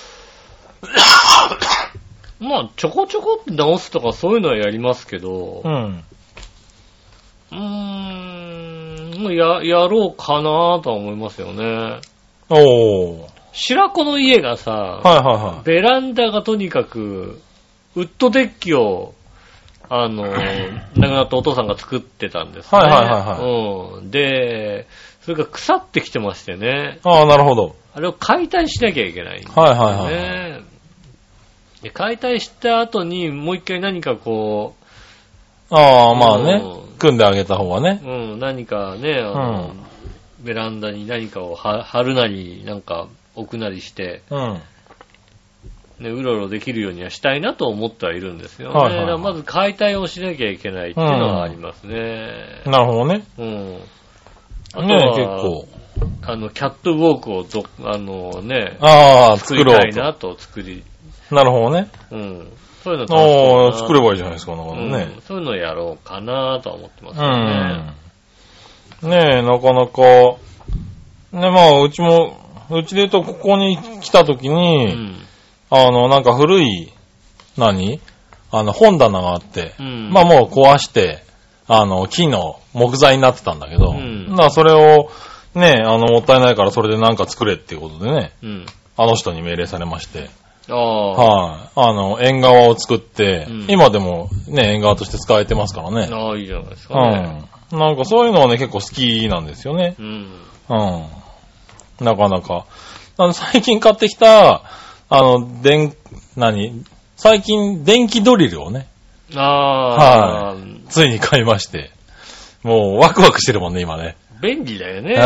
まあ、ちょこちょこって直すとかそういうのはやりますけど、うん。うーん、もうや、やろうかなとは思いますよね。おー。白子の家がさ、はいはいはい。ベランダがとにかく、ウッドデッキを、あの、亡くなったお父さんが作ってたんですね。はいはいはい、はい。うん。で、それが腐ってきてましてね。 ああ、なるほど。 あれを解体しなきゃいけないんですね。はいはいはい、はい。で解体した後にもう一回何かこう。ああ、まあね。組んであげた方がね。 うん、何かね、あの、うん、ベランダに何かを貼るなり、なんか置くなりして、うん。ね、うろうろできるようにはしたいなと思ってはいるんですよね。はいはいはい、まず解体をしなきゃいけないっていうのはありますね。 うん、なるほどね。 うん。あとは、ね、結構。あの、キャットウォークをど、あのね、 あ作りたいなと作り。 なるほどね。 うん。そういうの楽しああ、作ればいいじゃないですか、なんかね、 うん。そういうのをやろうかなとは思ってますよね。 うん。ねえ、なかなか、ね、まあ、うちも、うちで言うとここに来た時に、うん、あの、なんか古い、何あの、本棚があって、うん、まあもう壊して、あの、木の木材になってたんだけど、うん、だからそれをねえ、あの、もったいないからそれでなんか作れっていうことでね、 うん。 あの人に命令されまして、 ああ。 はい、あの、縁側を作って、うん、今でもね、縁側として使えてますからね。 ああ、いいじゃないですかね。 うん。なんかそういうのはね、結構好きなんですよね。うん。うん。なかなか。あの、最近買ってきた、あの、電、何最近、電気ドリルをね。 ああ。 はい。ついに買いまして。もう、ワクワクしてるもんね、今ね。 便利だよね。 うん。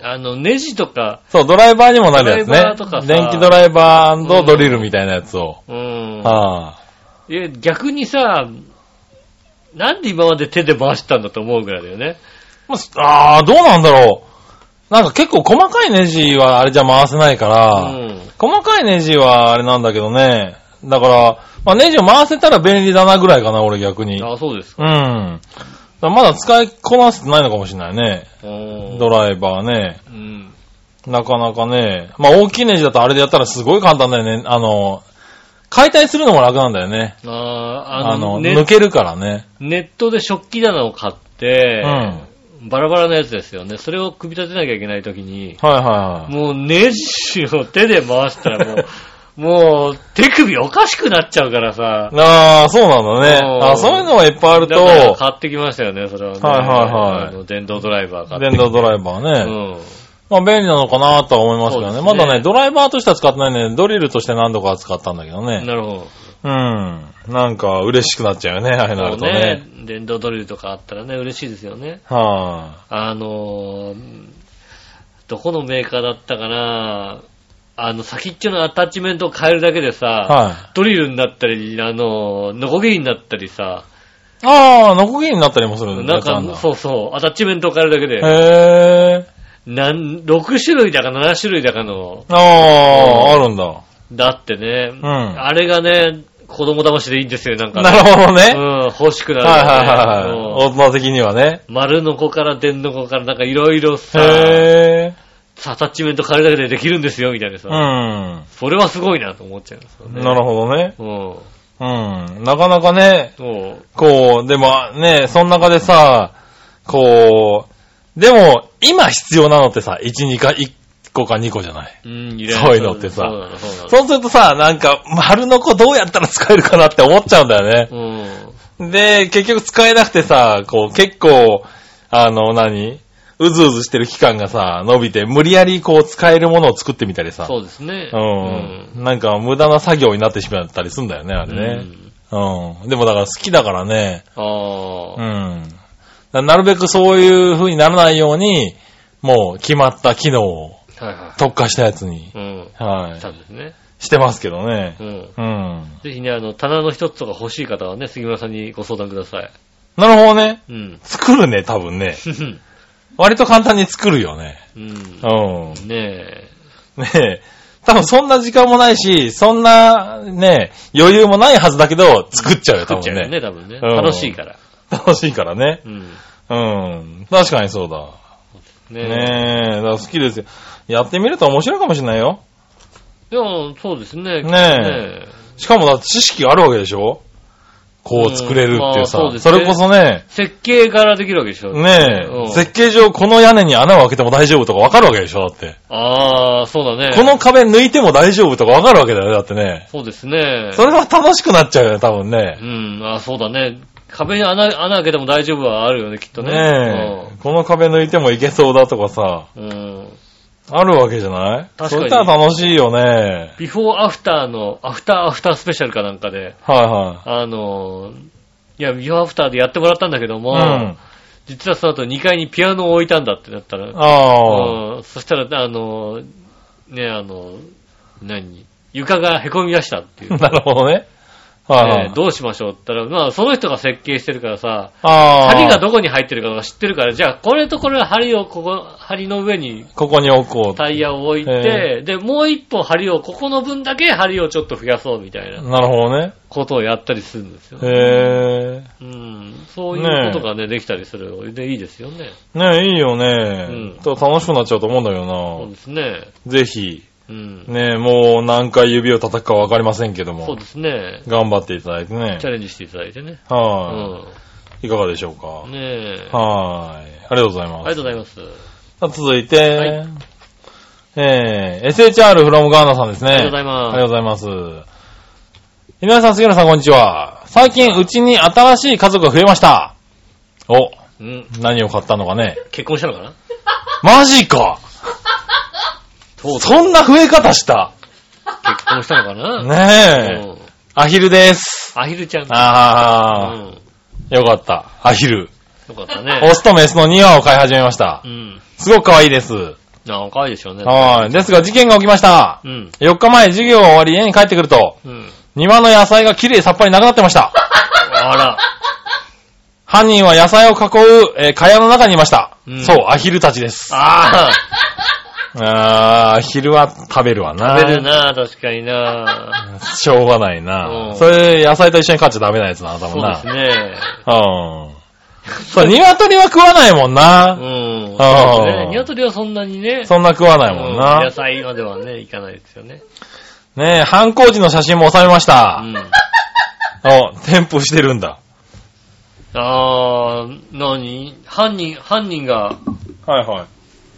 あの、ネジとか。 そう、ドライバーにもなるやつね。 ドライバーとかさ。 電気ドライバー&ドリルみたいなやつを。うん。はぁ、あ。逆にさ、なんで今まで手で回してたんだと思うぐらいだよね。 ああ、どうなんだろう。なんか結構細かいネジはあれじゃ回せないから、うん、細かいネジはあれなんだけどね。だから、まあ、ネジを回せたら便利だなぐらいかな、俺逆に。 ああ、そうですか。 うん。まだ使いこなせてないのかもしれないね。ドライバーね。うん。なかなかね。まあ大きいネジだとあれでやったらすごい簡単だよね。あの、解体するのも楽なんだよね。ああ、あの、あの抜けるからね。 ネットで食器棚を買って、うん。バラバラのやつですよね。それを組み立てなきゃいけないときに。 はいはいはい。 もうネジを手で回したらもう、もう、手首おかしくなっちゃうからさ。 ああ、そうなんだね。あそういうのがいっぱいあると。 買ってきましたよね、それはね。 はいはいはい。 あの電動ドライバー買って。 電動ドライバーね。うん。まあ便利なのかなとは思いますけどね。ねまだね、ドライバーとしては使ってないね。ドリルとして何度か使ったんだけどね。 なるほど。 うん。なんか嬉しくなっちゃうよね、あれなるとね。ね。 電動ドリルとかあったらね、嬉しいですよね。 はあ。あのー、どこのメーカーだったかなあの、先っちょのアタッチメントを変えるだけでさ、はい、ドリルになったり、あの、ノコギリになったりさ。 ああ、ノコギリになったりもするんだ。 なんか、そうそう、アタッチメントを変えるだけで。 へー。なん、ろく種類だかなな種類だかの。 ああ、あるんだ。 だってね、 うん、 あれがね、子供騙しでいいんですよ、なんか、 ね。なるほどね。 うん、欲しくなる、ね。 はいはいはい。大人的にはね。 丸の子から電の子からなんかいろいろさ。 へー。 アタッチメント変えるだけでできるんですよ、みたいなさ。 うん。 それはすごいなと思っちゃいますよね。 なるほどね。 うん。 うん。なかなかね、こう、でもね、その中でさ、こう、でも、今必要なのってさ、いち、にか、いっこかにこじゃない。 うん、いそういうのってさ。 そうそうそうするとさ、なんか、丸の子どうやったら使えるかなって思っちゃうんだよね。 うん。 で、結局使えなくてさ、こう、結構、あの、何うずうずしてる期間がさ、伸びて、無理やりこう使えるものを作ってみたりさ。 そうですね。 うん。うん、なんか無駄な作業になってしまったりするんだよね、あれね。うん。うん、でもだから好きだからね。 ああ。 うん。なるべくそういう風にならないように、もう決まった機能を特化したやつに。 うん。 はい。 したんですね。 してますけどね。 うん。 うん。 ぜひね、あの、棚の一つとか欲しい方はね、杉村さんにご相談ください。 なるほどね。 うん。 作るね、多分ね。割と簡単に作るよね。 うん。 うん。 ねえ。 ねえ。多分そんな時間もないし、そんなね、余裕もないはずだけど、作っちゃうよ、多分ね。 作っちゃうよね、多分ね。うん、楽しいから。 楽しいからね。 うん。 うん。確かにそうだ。 ねえ。 ねえ。だから好きですよ。やってみると面白いかもしれないよ。 いや、そうですね。 ねえ。しかもだって知識があるわけでしょこう作れるっていうさ、うんまあ そ, うね、それこそね、 設計からできるわけでしょねえ、うん、設計上この屋根に穴を開けても大丈夫とかわかるわけでしょだって。 ああ、そうだね。 この壁抜いても大丈夫とかわかるわけだよだってね。 そうですね。 それは楽しくなっちゃうよね、多分ね。 うん、あそうだね。壁に穴、穴開けても大丈夫はあるよね、きっとね。 ねえ、うん、この壁抜いてもいけそうだとかさ。 うん。 あるわけじゃない確かに。 そしたら楽しいよね。 ビフォーアフターの、アフターアフタースペシャルかなんかで。 はいはい。 あの、いや、ビフォーアフターでやってもらったんだけども、うん、実はその後にかいにピアノを置いたんだってなったら、 あうん、そしたら、あの、ね、あの、何床が凹み出したっていう。 なるほどね。はいはい、 ね、どうしましょうって言ったら、まあ、その人が設計してるからさ、 あ針がどこに入ってるかとか知ってるから、じゃあ、これとこれ針をここ、針の上に、 ここに置こう。 タイヤを置いて、で、もう一本針を、ここの分だけ針をちょっと増やそうみたいな。 なるほどね。 ことをやったりするんですよ、 ね。へー。うん。そういうことがね、できたりするでいいですよね。 ねえ、いいよね。うん。楽しくなっちゃうと思うんだけどな。 そうですね。 ぜひ。 うん、 ねえ、もう何回指を叩くかわかりませんけども。 そうですね。 頑張っていただいてね。 チャレンジしていただいてね。 はい、うん。いかがでしょうか。 ねえ。 はい。ありがとうございます。 ありがとうございます。 続いて、 はい、 えー、エスエイチアール from ガーナさんですね。 ありがとうございます。 ありがとうございます。井上さん、杉浦さん、こんにちは。最近、うちに新しい家族が増えました。お、うん、何を買ったのかね。 結婚したのかな。 マジか。そんな増え方した。 結婚したのかな。 ねえ、うん、アヒルです。 アヒルちゃん。 ああ、うん、よかった。アヒル。 よかったね。 オスとメスのにわを飼い始めました。うん。すごく可愛いです。 ああ、可愛いでしょうね。 はい。ですが、事件が起きました。うん。よっかまえ、授業が終わり、家に帰ってくると、うん。庭の野菜がきれいさっぱりなくなってました。 あら。 犯人は野菜を囲う、えー、蚊帳の中にいました。うん、そう、アヒルたちです。 ああ。ああ、アヒルは食べるわな。 食べるな、確かにな。 しょうがないな。うん、それ、野菜と一緒に飼っちゃダメなやつな、多分な。 そうですね。 うん。そう、鶏は食わないもんな。うん。 そうですね。鶏はそんなにね。 そんな食わないもんな。 うん、野菜まではね、いかないですよね。 ねえ、犯行時の写真も収めました。うん。お、添付してるんだ。 あー、なに犯人、犯人が。 はいはい。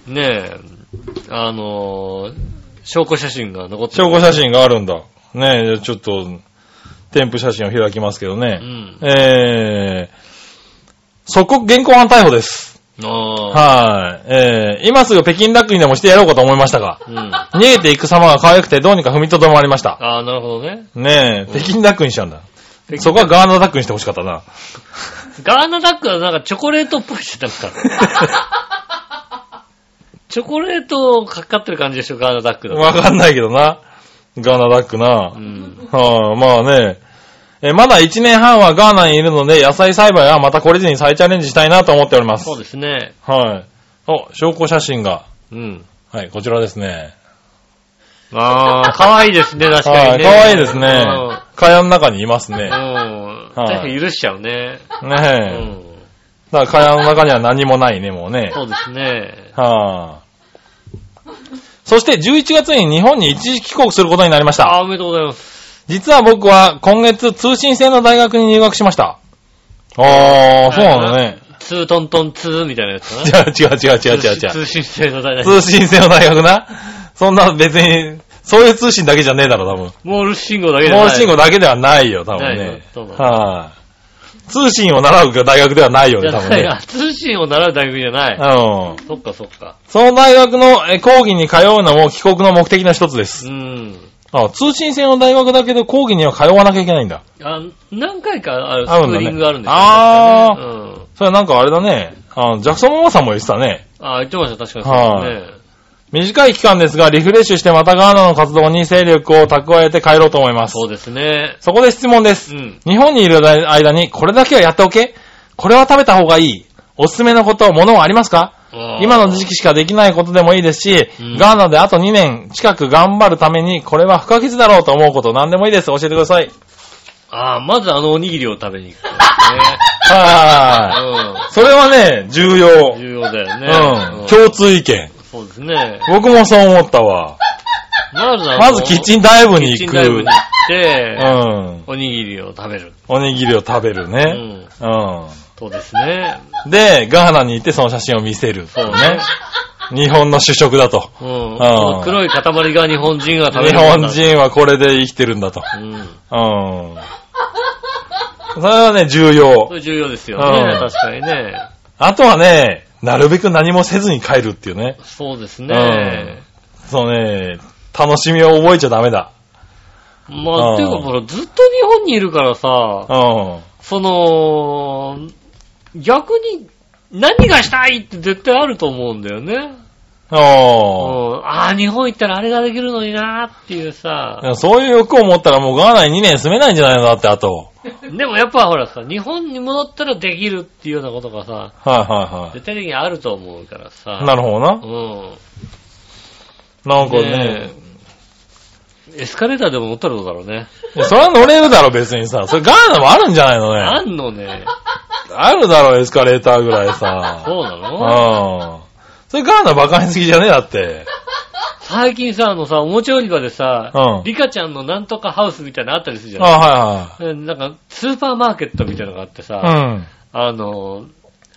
ねえ、あのー、証拠写真が残ってる。 証拠写真があるんだ。ねえ、ちょっと、添付写真を開きますけどね。うん。えー、即刻現行犯逮捕です。はい。えー、今すぐ北京ダックにでもしてやろうかと思いましたが、うん、逃げていく様が可愛くてどうにか踏みとどまりました。 ああ、なるほどね。 ねえ、北京ダックにしちゃうんだ。そこはガーナダックにしてほしかったな。 ガーナダックはなんかチョコレートっぽいし、なんか。チョコレートかかってる感じでしょ、ガーナダックだと。 わかんないけどな。ガーナダックな。うん。はあ、まあね。え、まだいちねんはんはガーナにいるので、野菜栽培はまたこれに再チャレンジしたいなと思っております。 そうですね。 はい。お、証拠写真が。うん。はい、こちらですね。 ああ、かわいいですね、確かにね。 かわいいですね。蚊帳の中にいますね。うん。 確かに許しちゃうね。 ねえ。うん。だから蚊帳の中には何もないね、もうね。 そうですね。 はあ。そしてじゅういちがつに日本に一時帰国することになりました。 あ、おめでとうございます。 実は僕は今月通信制の大学に入学しました。ああ、そうなのね。 ツートントンツーみたいなやつかな。 違う違う違う違う違う違う。 通信制の大学。 通信制の大学な。そんな別に、そういう通信だけじゃねえだろ、多分。 モール信号だけじゃない。 モール信号だけではないよ、多分ね。はい、通信を習う大学ではないよね、多分ね。 通信を習う大学じゃない。うん。そっかそっか。 その大学の講義に通うのも帰国の目的の一つです。うん。あ、通信制の大学だけど講義には通わなきゃいけないんだ。 あ、何回かあるスクーリングがあるんですよ、 ね。ああ、ね、うん。それはなんかあれだね。あ、ジャクソンママさんも言ってたね。 あ、言ってました、確かにそうですね。 短い期間ですが、リフレッシュしてまたガーナの活動に精力を蓄えて帰ろうと思います。 そうですね。 そこで質問です。うん、日本にいる間にこれだけはやっておけ？これは食べた方がいい。おすすめのこと、ものはありますか？今の時期しかできないことでもいいですし、うん、ガーナであとにねん近く頑張るためにこれは不可欠だろうと思うこと何でもいいです。教えてください。 ああ、まずあのおにぎりを食べに行く、ね。 はい、うん。それはね、重要。 重要だよね。 うん。共通意見。 そうですね。 僕もそう思ったわ。 まずまずキッチンダイブに行く。キッチンダイブに行って、うん。おにぎりを食べる。 おにぎりを食べるね。うん。うん。 そうですね。 で、ガーナに行ってその写真を見せる。そうね。日本の主食だと。うん。 うん、黒い塊が日本人が食べる。 日本人はこれで生きてるんだと。うん。うん。それはね、重要。 それ重要ですよね。うん、確かにね。 あとはね、なるべく何もせずに帰るっていうね。 そうですね。うん、 そうね、楽しみを覚えちゃダメだ。 まあ、うん、ていうかほら、ずっと日本にいるからさ、うん、その、逆に何がしたいって絶対あると思うんだよね。 ああ、 ああ、日本行ったらあれができるのになーっていうさ。 そういう欲を持ったらもうガーナににねん住めないんじゃないのだってあと。 でもやっぱほらさ、日本に戻ったらできるっていうようなことがさ、 はいはいはい。 絶対的にあると思うからさ。 なるほどな。うん。なんかね、 エスカレーターでも乗ったらどうだろうね。 それは乗れるだろ別にさ。それガーナもあるんじゃないのね。 あんのね。 あるだろエスカレーターぐらいさ。 そうなの？ うん。それガーナバカにすぎじゃねえだって。 最近さ、あのさ、おもちゃ売り場でさ、うん、リカちゃんのなんとかハウスみたいなのあったりするじゃない？ あ、はいはい。 なんか、スーパーマーケットみたいなのがあってさ、うん、あの、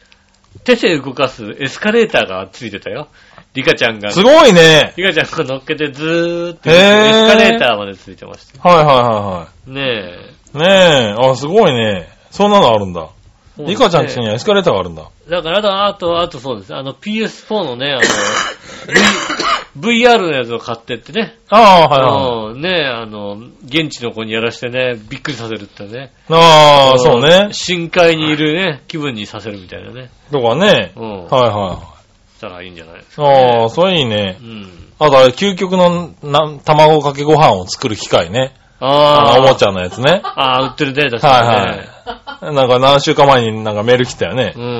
手で動かすエスカレーターがついてたよ。リカちゃんが。 すごいね。 リカちゃんが乗っけてずーっとエスカレーターまでついてました。 はいはいはいはい。 ねえ。ねえ。あ、すごいね。そんなのあるんだ。リカちゃん家にはエスカレーターがあるんだ。 だから、あと、あと、あとそうです。あの ピーエスフォー のね、あの、v、ブイアール のやつを買ってってね。 ああ、はいはい。 うん、ねあの、現地の子にやらしてね、びっくりさせるってね。 ああ、そうね。 深海にいるね、気分にさせるみたいなね。 とかね。 うん。 はいはい。 したらいいんじゃないですか、ね。 ああ、それいいね。 うん。 あとあれ、究極のな卵かけご飯を作る機械ね。ああ。おもちゃのやつね。 ああ、売ってるね、確かにね。はいはい。なんか何週間前になんかメール来たよね。 うん。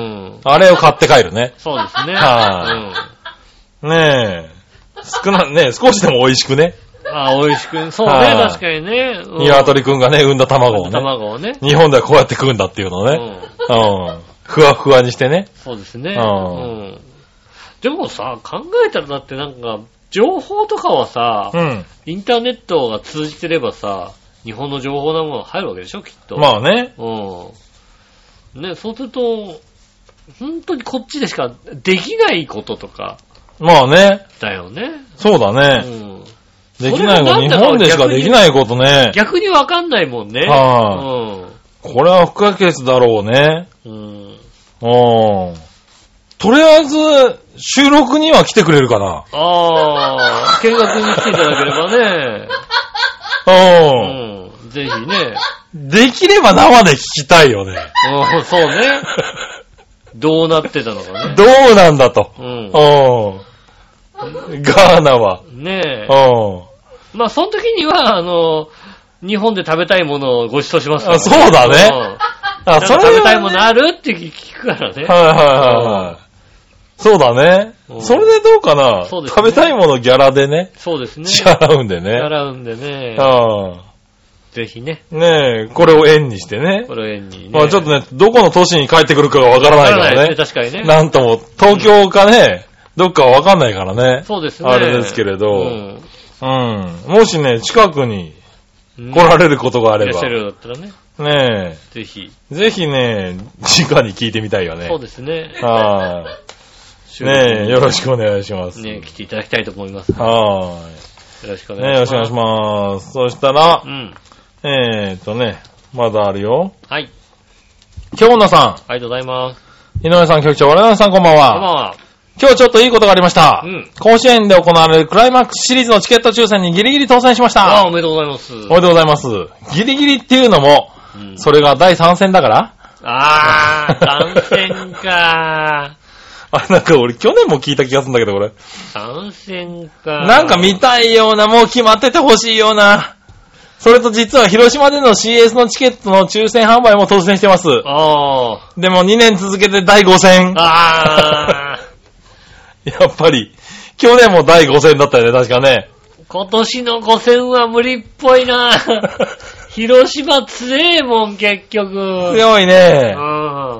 あれを買って帰るね。 そうですね。 はい、うん。ねえ。少な、ね少しでも美味しくね。 ああ、美味しく。そうね、確かにね。 鶏くんがね、産んだ卵をね。 卵をね。 日本ではこうやって食うんだっていうのをね。うん。うん。ふわふわにしてね。 そうですね。うん。うん、でもさ、考えたらだってなんか、情報とかはさ、うん、インターネットが通じてればさ、日本の情報なものが入るわけでしょ、きっと。 まあね。 うん。ね、そうすると、本当にこっちでしかできないこととか。 まあね。 だよね。 そうだね。うん。できないこと、日本でしかできないことね。 逆にわかんないもんね。 はい、うん。これは不可欠だろうね。うん。うん。とりあえず、収録には来てくれるかな。 ああ、見学に来ていただければね。うん。ぜひね。 できれば生で聞きたいよね。 うん、そうね。どうなってたのかね。 どうなんだと。うん。ガーナは。 ねえ。うん。まあ、その時には、あの、日本で食べたいものをご馳走しますからね。 あ、そうだね。うん、 あ、それ、ね、食べたいものあるって聞くからね。 はいはいはいはい。そうだね。それでどうかな、そうですね、食べたいものギャラでね。 そうですね。 支払うんでね。 支払うんでね。 ああ。 ぜひね。 ねえ、これを円にしてね。 これを円にね。 まあちょっとね、どこの都市に帰ってくるかがわからないからね。 わからないですね、確かにね。 なんとも、東京かね、どっかわかんないからね。 そうですね。 あれですけれど。うん。うん。もしね、近くに来られることがあれば。いらっしゃるようだったらね。ねえ。ぜひ。ぜひね、直に聞いてみたいよね。そうですね。はい。ねえ、よろしくお願いします。ねえ、来ていただきたいと思います、ね。はーい。よろしくお願いします。ねえ、よろしくお願いします。そしたら、うん、えーっとね、まだあるよ。はい。京女さん。ありがとうございます。井上さん、局長、我々さんこんばんは。こんばんは。今日ちょっといいことがありました。うん。甲子園で行われるクライマックスシリーズのチケット抽選にギリギリ当選しました。ああ、おめでとうございます。おめでとうございます。ギリギリっていうのも、うん、それがだいさん戦だからああ、さん戦かー。あ、なんか俺去年も聞いた気がするんだけど、これ。参戦か。なんか見たいような、もう決まっててほしいような。それと実は広島での シーエス のチケットの抽選販売も当選してます。ああ。でもにねん続けてだいご戦。ああ。やっぱり、去年もだいご戦だったよね、確かね。今年のご戦は無理っぽいな。広島強えもん、結局。強いね。うん。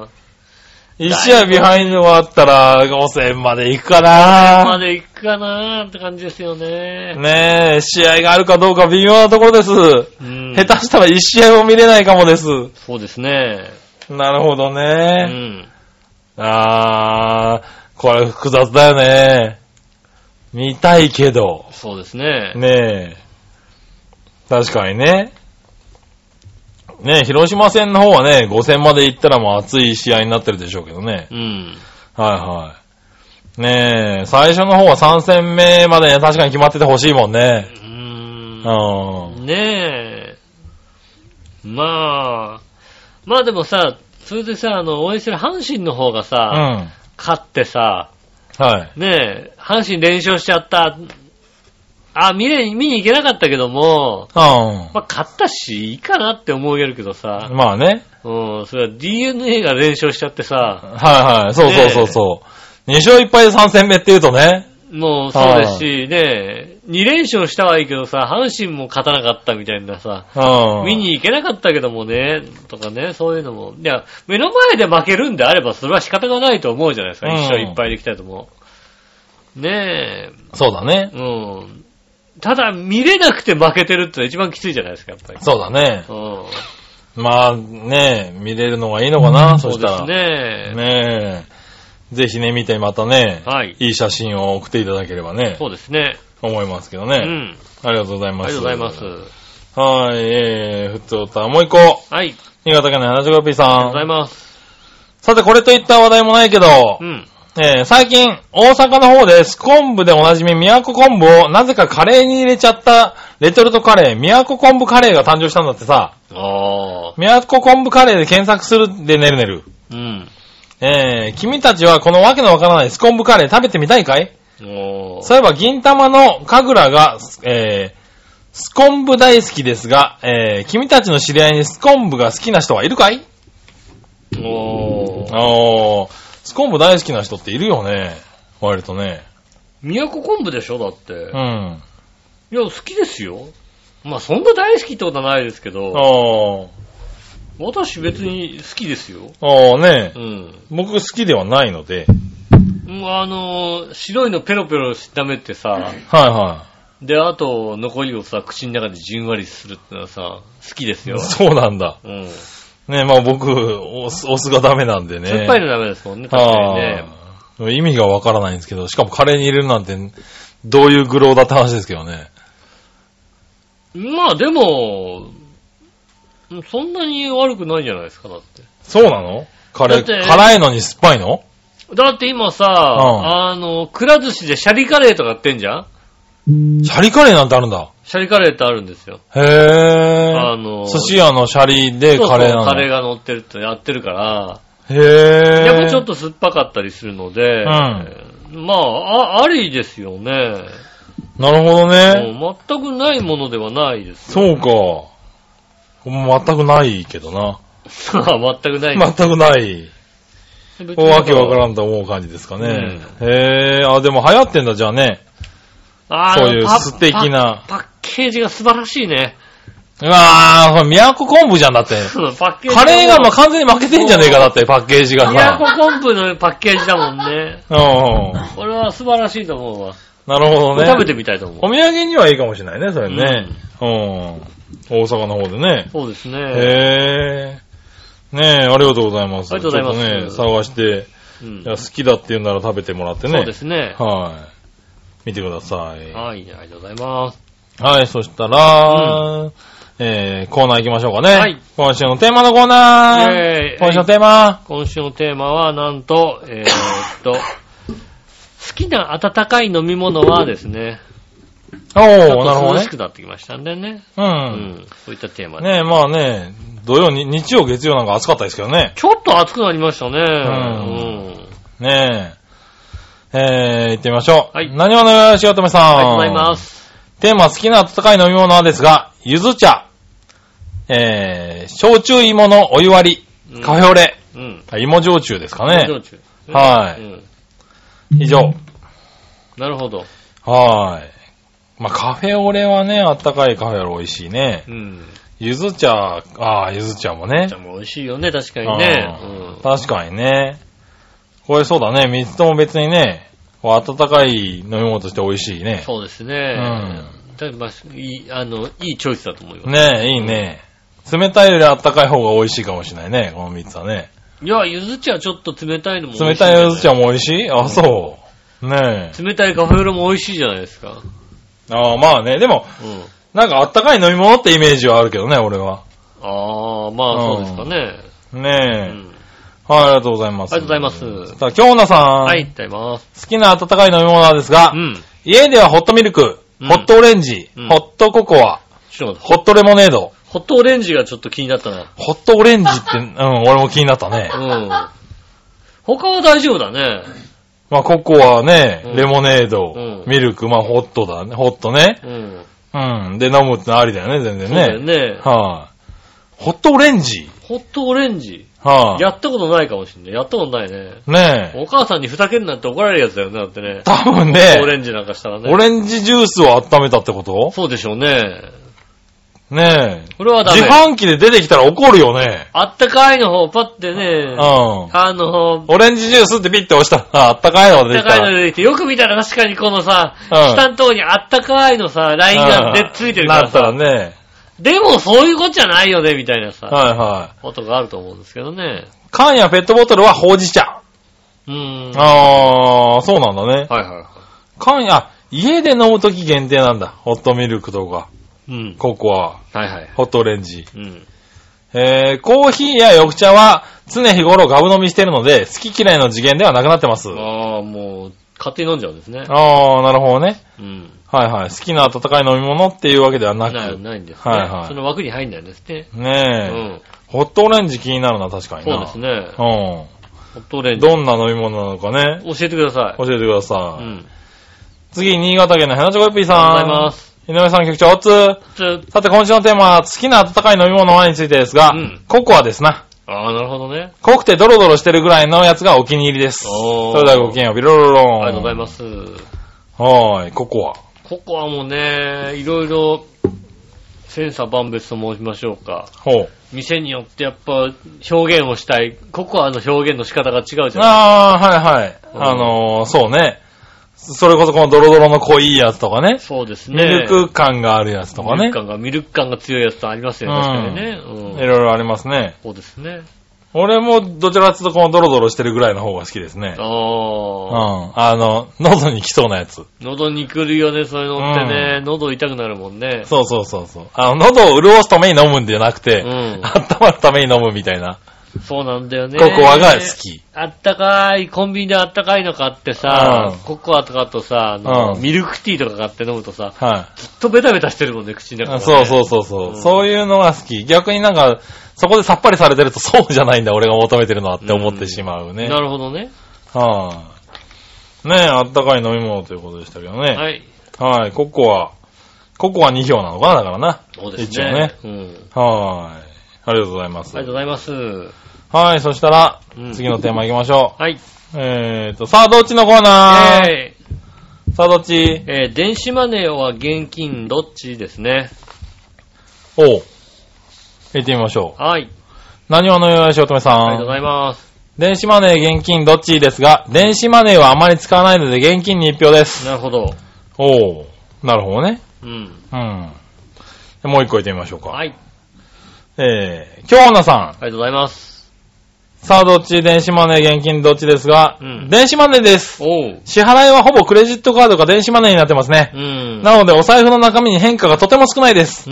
一試合ビハインドがあったらご戦まで行くかな。ご戦まで行くかなって感じですよね。ねえ、試合があるかどうか微妙なところです。うん、下手したら一試合も見れないかもです。そうですね。なるほどね。うん、あー、これ複雑だよね。見たいけど。そうですね。ねえ。確かにね。ねえ、広島戦の方はね、ご戦まで行ったらもう熱い試合になってるでしょうけどね。うん。はいはい。ねえ、最初の方はさん戦目まで、ね、確かに決まっててほしいもんね。うーん。うん。ねえ。まあ、まあでもさ、それでさ、あの、応援してる阪神の方がさ、うん、勝ってさ、はい。ねえ、阪神連勝しちゃった。あ、見れ、見に行けなかったけども、うん。まあ、勝ったし、いいかなって思えるけどさ。まあね。うん、それは ディーエヌエー が連勝しちゃってさ。はいはい、そうそうそうそう。ね、に勝いっ敗でさん戦目って言うとね。もうそうですし、ね、に連勝したはいいけどさ、阪神も勝たなかったみたいなさ。うん。見に行けなかったけどもね、とかね、そういうのも。いや、目の前で負けるんであれば、それは仕方がないと思うじゃないですか。いっ勝いっ敗できたと思う。ねえ。そうだね。うん。ただ、見れなくて負けてるってのは一番きついじゃないですか、やっぱり。そうだね。うん。まあ、ねえ、見れるのがいいのかな、そしたら。そうですね。ねえ。 ぜひね、見てまたね、 はい。 いい写真を送っていただければね。 そうですね。 思いますけどね。 うん。 ありがとうございます。 ありがとうございます。 はい、えー、ふつおた、もう一個。 はい。 新潟県の ななじゅうごピー さん。 ありがとうございます。 さて、これといった話題もないけど、うん。えー、最近、大阪の方でス昆布でおなじみ宮古昆布をなぜかカレーに入れちゃったレトルトカレー、宮古昆布カレーが誕生したんだってさ。あー。宮古昆布カレーで検索するでねるねる。うん。えー、君たちはこのわけのわからないス昆布カレー食べてみたいかい？おー。そういえば銀玉の神楽が、えー、ス昆布大好きですが、えー、君たちの知り合いにス昆布が好きな人はいるかい？おー。おー。ス昆布大好きな人っているよね。割とね。 宮古昆布でしょだって。うん。 いや、好きですよ。まあ、そんな大好きってことはないですけど。ああ。私別に好きですよ。 ああね。うん。僕好きではないので。 もうあのー、白いのペロペロ舐めてさ。はいはい。 で、あと、残りをさ、口の中でじんわりするってのはさ、好きですよ。 そうなんだ。うん。ねえ、まあ僕、お酢、お酢がダメなんでね。 酸っぱいのダメですもんね、確かにね。 意味がわからないんですけど、しかもカレーに入れるなんて、どういうグローだって話ですけどね。 まあでも、そんなに悪くないんじゃないですか、だって。 そうなの？カレー、辛いのに酸っぱいの？ だって今さ、うん、あの、くら寿司でシャリカレーとかやってんじゃん？ シャリカレーなんてあるんだ。 シャリカレーってあるんですよ。 へぇー。あの、寿司屋のシャリでカレーなんだ。そうそう、 カレーが乗ってるってやってるから、 へぇー。 やっぱちょっと酸っぱかったりするので、うん、まあ、あ、ありですよね。 なるほどね。 全くないものではないですよ。そうか。全くないけどな。 全くない。 全くない。わけわからんと思う感じですかね。うん、へぇー。あ、でも流行ってんだ、じゃあね。あそういう素敵なパ。パッケージが素晴らしいね。 うわぁ、宮古昆布じゃんだって。パッケージカレーがまあ完全に負けてんじゃねえかだって、パッケージがさ。 宮古昆布のパッケージだもんね。うん。これは素晴らしいと思うわ。 なるほどね。 食べてみたいと思う。 お土産にはいいかもしれないね、それね。うん。うん、大阪の方でね。 そうですね。 へぇー。ねえ、ありがとうございます。 ありがとうございます。 ちょっとね、探して、うん、いや好きだって言うなら食べてもらってね。 そうですね。 はい。見てください。 はい、ありがとうございます。 はい、そしたら、うん、えー、コーナー行きましょうかね。はい。今週のテーマのコーナー。えー、今週のテーマ。 今週のテーマは、なんと、えー、っと、好きな温かい飲み物はですね。 おー、なるほどね。 涼しくなってきましたんでね。うん。うん。そういったテーマで。 ねえ、まあね、土曜に、日曜、月曜なんか暑かったですけどね。 ちょっと暑くなりましたね。うん。 うん、ねえ。えー、行ってみましょう。はい。何話のよしおとめさん。 ありがとうございます。 テーマ、好きな温かい飲み物はですが、ゆず茶。えー、焼酎芋のお湯割り。うん、カフェオレ。うん。芋焼酎ですかね。芋焼酎。はい。うん。以上。 なるほど。 はい。まあ、カフェオレはね、あったかいカフェオレ美味しいね。うん。ゆず茶、ああ、ゆず茶もね。ゆず茶も美味しいよね、確かにね。 うん。確かにね。これそうだね、三つとも別にね、温かい飲み物として美味しいね。 そうですね。うん。だまあ、いい、あの、いいチョイスだと思います。 ねえ、いいね。冷たいより温かい方が美味しいかもしれないね、この三つはね。 いや、ゆず茶ちょっと冷たいのも美味しい、 ね。冷たいゆず茶も美味しい？あ、そう。ねえ。冷たいカフェオレも美味しいじゃないですか。 ああ、まあね、でも、うん、なんか温かい飲み物ってイメージはあるけどね、俺は。 ああ、まあそうですかね。 うん、ねえ。うんはい、ありがとうございます。 ありがとうございます。 さあ、京奈さん。 はい、ありがとうございます。 好きな温かい飲み物なんですが、うん、家ではホットミルク、うん、ホットオレンジ、うん、ホットココア、ホットレモネード。 ホットオレンジがちょっと気になったな。 ホットオレンジって、うん、俺も気になったね。うん。 他は大丈夫だね。 まあ、ココアね、レモネード、うん、ミルク、まあ、ホットだね、ホットね。うん。うん。で、飲むってのありだよね、全然ね。そうだよね。はい、あ、ホットオレンジホットオレンジはぁ、あ。やったことないかもしんない。やったことないね。 ねえ。お母さんにふざけんなって怒られるやつだよね、だってね。 多分ね。 オレンジなんかしたらね。 オレンジジュースを温めたってこと？ そうでしょうね。 ねえ。 これはダメ。 自販機で出てきたら怒るよね。 あったかいの方、パッてね。うん。あの、 オレンジジュースってピッて押したら、あったかいのが出てきた。 あったかいの出てきて、よく見たら確かにこのさ、うん、下のとこにあったかいのさ、ラインがでついてるからさ。 なったらね。 でもそういうことじゃないよね、みたいなさ。 はいはい。 ことがあると思うんですけどね。 缶やペットボトルはほうじ茶。 うーん。 あー、そうなんだね。 はいはいはい。 缶や、家で飲むとき限定なんだ。ホットミルクとか。 うん。 ココア。 はいはい。 ホットオレンジ。 うん。 えー、コーヒーや緑茶は常日頃ガブ飲みしてるので、好き嫌いの次元ではなくなってます。 あー、もう、勝手に飲んじゃうんですね。 あー、なるほどね。 うん。 はいはい。好きな温かい飲み物っていうわけではなく。 ない、ないんですね。 はいはい。 その枠に入んないんですね。 ねえ。 うん。 ホットオレンジ気になるな、確かにな。 そうですね。うん。 ホットオレンジ。 どんな飲み物なのかね。 教えてください。 教えてください。 うん。 次、新潟県のヘナチョコヨッピーさん。 ありがとうございます。 井上さん局長、おつ。さて、今週のテーマは、好きな温かい飲み物はについてですが、うん、ココアですな。 ああ、なるほどね。 濃くてドロドロしてるぐらいのやつがお気に入りです。それではごきげんよう、ビロロロン。 ありがとうございます。 はーい、ココア。 ココアもね、いろいろ、千差万別と申しましょうか。 ほう。 店によってやっぱ表現をしたい、ココアの表現の仕方が違うじゃないですか。 ああ、はいはい。うん、あのー、そうね。それこそこのドロドロの濃いやつとかね。 そうですね。 ミルク感があるやつとかね。 ミルク感が、ミルク感が強いやつとありますよね、確かにね。うん。 いろいろありますね。 そうですね。 俺もどちらかというとこのドロドロしてるぐらいの方が好きですね。 ああ。 うん。あの、喉に来そうなやつ。 喉に来るよね、そういうのってね。うん、喉痛くなるもんね。 そうそうそうそう。あの、喉を潤すために飲むんじゃなくて、うん、温まるために飲むみたいな。 そうなんだよね。 ココアが好き。 あったかい、コンビニであったかいの買ってさ、うん、ココアとかとさ、あの、うん、ミルクティーとか買って飲むとさ、はい、ずっとベタベタしてるもんね、口の中、ね。 そうそうそうそう、うん。そういうのが好き。逆になんか、そこでさっぱりされてるとそうじゃないんだ、俺が求めてるのはって思ってしまうね。 うん、なるほどね。 はい、あ、ねえ、あったかい飲み物ということでしたけどね。 はい。 はい、ココア。ココアに票なのかな、だからな。 そうですね。 一応ね。うん、はい。ありがとうございます。 ありがとうございます。 はい、そしたら、うん、次のテーマ行きましょう。 はい。 えーと、さあ、どっちのコーナー、えー、さあ、どっちえー、電子マネーは現金どっちですね。 おう。行ってみましょう。 はい。 何話のよやしおとめさん。 ありがとうございます。 電子マネー、現金どっちですが、電子マネーはあまり使わないので現金に一票です。 なるほど。 おう。なるほどね。 うん。 うん。もう一個行ってみましょうか。 はい。 えー、京女さん。ありがとうございます。 さあ、どっち電子マネー、現金どっちですが、うん、電子マネーです。 おう。 支払いはほぼクレジットカードか電子マネーになってますね。 うん。 なので、お財布の中身に変化がとても少ないです。 うん。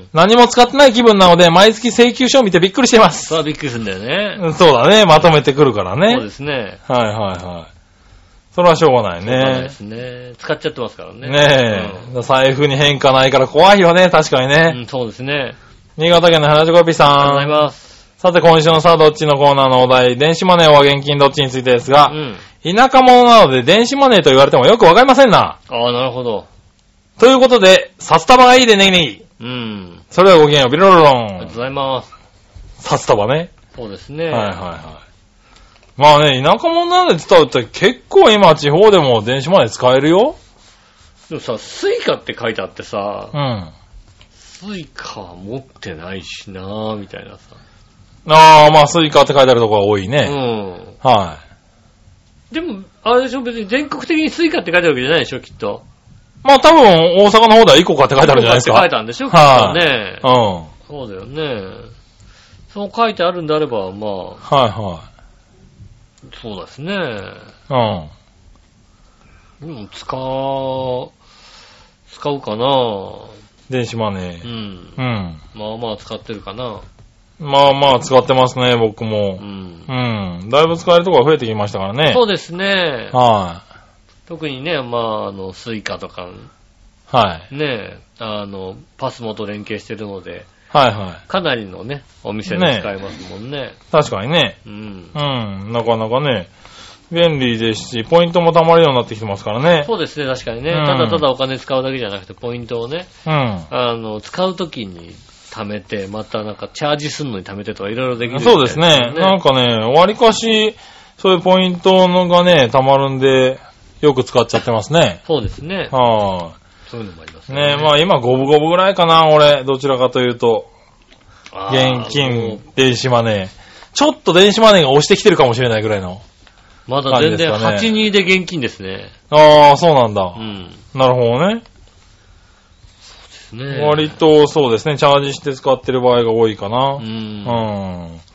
何も使ってない気分なので、毎月請求書を見てびっくりしています。 そう、びっくりするんだよね。 そうだね。まとめてくるからね。 そうですね。 はいはいはい。それはしょうがないね。 しょうがないですね。使っちゃってますからね。 ねえ、うん。財布に変化ないから怖いよね、確かにね。 うん、そうですね。 新潟県の花子ピさん。 ありがとうございます。 さて今週のさあどっちのコーナーのお題、電子マネーは現金どっちについてですが、うん、田舎者なので電子マネーと言われてもよくわかりませんな。 ああ、なるほど。 ということで、札束がいいでネギネギ。 うん。 それではごきげんよう、ビロロロン。 ありがとうございます。 札束ね。 そうですね。 はいはいはい。まあね、田舎者なので伝わったら結構今地方でも電子マネー使えるよ。 でもさ、スイカって書いてあってさ、 うん。 スイカは持ってないしなぁ、みたいなさ。 ああ、まあ、スイカって書いてあるところが多いね。 うん。 はい。 でも、あれでしょ、別に全国的にスイカって書いてあるわけじゃないでしょ、きっと。 まあ、多分、大阪の方ではイコカって書いてあるんじゃないですか。 イコカって書いてあるんでしょ、きっとね。 うん。 そうだよね。そう書いてあるんであれば、まあ。 はいはい。 そうですね。 うん。 でも、使う、使うかな電子マネー。 うん。 うん。 まあまあ使ってるかな。 まあまあ使ってますね、僕も。 うん。 うん。だいぶ使えるところが増えてきましたからね。 そうですね。 はい。 特にね、まあ、あの、スイカとか。 はい。 ね、あの、パスモと連携してるので。 はいはい。 かなりのね、お店で使えますもんね。 確かにね。 うん。 うん。なかなかね、便利ですし、ポイントも貯まるようになってきてますからね。 そうですね、確かにね。うん、ただただお金使うだけじゃなくて、ポイントをね。 うん。 あの、使うときに貯めて、またなんかチャージするのに貯めてとかいろいろできる、ね。 そうですね。なんかね、割かし、そういうポイントのがね、貯まるんで、よく使っちゃってますね。 そうですね。 はい、 そういうのもありますね。 ね、まあ今五分五分ぐらいかな、俺。どちらかというと。現金、電子マネー。ちょっと電子マネーが押してきてるかもしれないぐらいの。 まだ全然はちにで現金ですね。 ああ、そうなんだ。 うん。 なるほどね。 そうですね。 割とそうですね、チャージして使ってる場合が多いかな。 うん。 うん。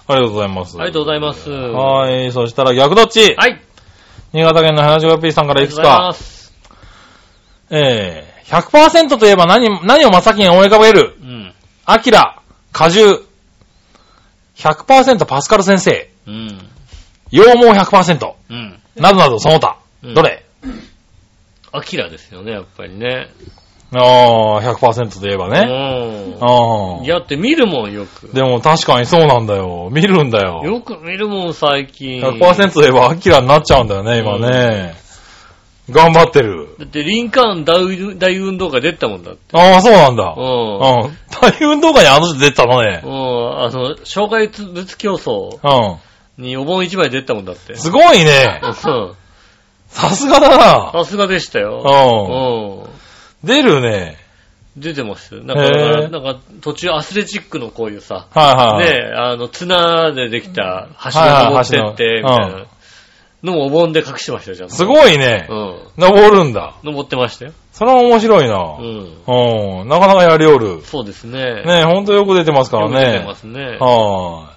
ありがとうございます。 ありがとうございます。 はい。そしたら逆どっち？ はい。 新潟県の花城 P さんからいくつか。ありがとうございます。えー、ひゃくパーセント といえば何、何を真っ先に思い浮かべる？うん。アキラ、果汁。ひゃくパーセント パスカル先生。うん。羊毛 ひゃくパーセント。うん。などなどその他。うん、どれ？ アキラですよね、やっぱりね。 ああ、ひゃくパーセント といえばね。 うん。ああ。いやって見るもん、よく。 でも確かにそうなんだよ。見るんだよ。 よく見るもん、最近。 ひゃくパーセント といえばアキラになっちゃうんだよね、今ね。うん、頑張ってる。 だって、リンカーン大, 大運動会出たもんだって。 ああ、そうなんだ。うん。うん。大運動会にあの人出たのね。 うん。あの、障害物競争。うん。にお盆一枚出たもんだって。 すごいね。うん。さすがだな。 さすがでしたよ。うん。うん。 出るね。 出てますよ。なんか、なんか途中アスレチックのこういうさ、 はいはい、 ね、あの、綱でできた橋を登ってって、みたいなのもお盆で隠してましたよ、ちゃんと。 すごいね。うん。登るんだ。 登ってましたよ。 それは面白いな。うん。うん。なかなかやりおる。 そうですね。 ねえ、ほんとよく出てますからね。よく出てますね。 はい。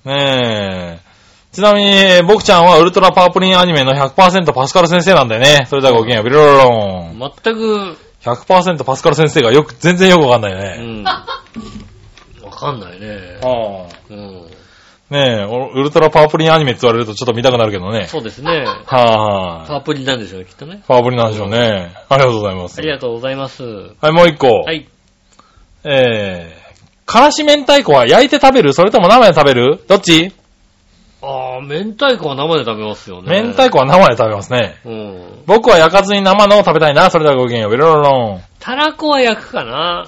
ねえ。ちなみに、僕ちゃんはウルトラパープリンアニメの ひゃくパーセント パスカル先生なんだよね。それではごきげんよう、ビロロロン。 全く、 ひゃくパーセント パスカル先生がよく、全然よくわかんないね。うん。 わかんないね。 ああ。うん。ねえ、ウルトラパープリンアニメって言われるとちょっと見たくなるけどね。 そうですね。 はぁ、あ。パープリンなんでしょうね、きっとね。 パープリンなんでしょうね。ありがとうございます。 ありがとうございます。 はい、もう一個。はい。えー、からし明太子は焼いて食べる？それとも生で食べる？どっち？ ああ、明太子は生で食べますよね。 明太子は生で食べますね。うん。僕は焼かずに生のを食べたいな。それではごきげんよう。ベロロロン。 たらこは焼くかな。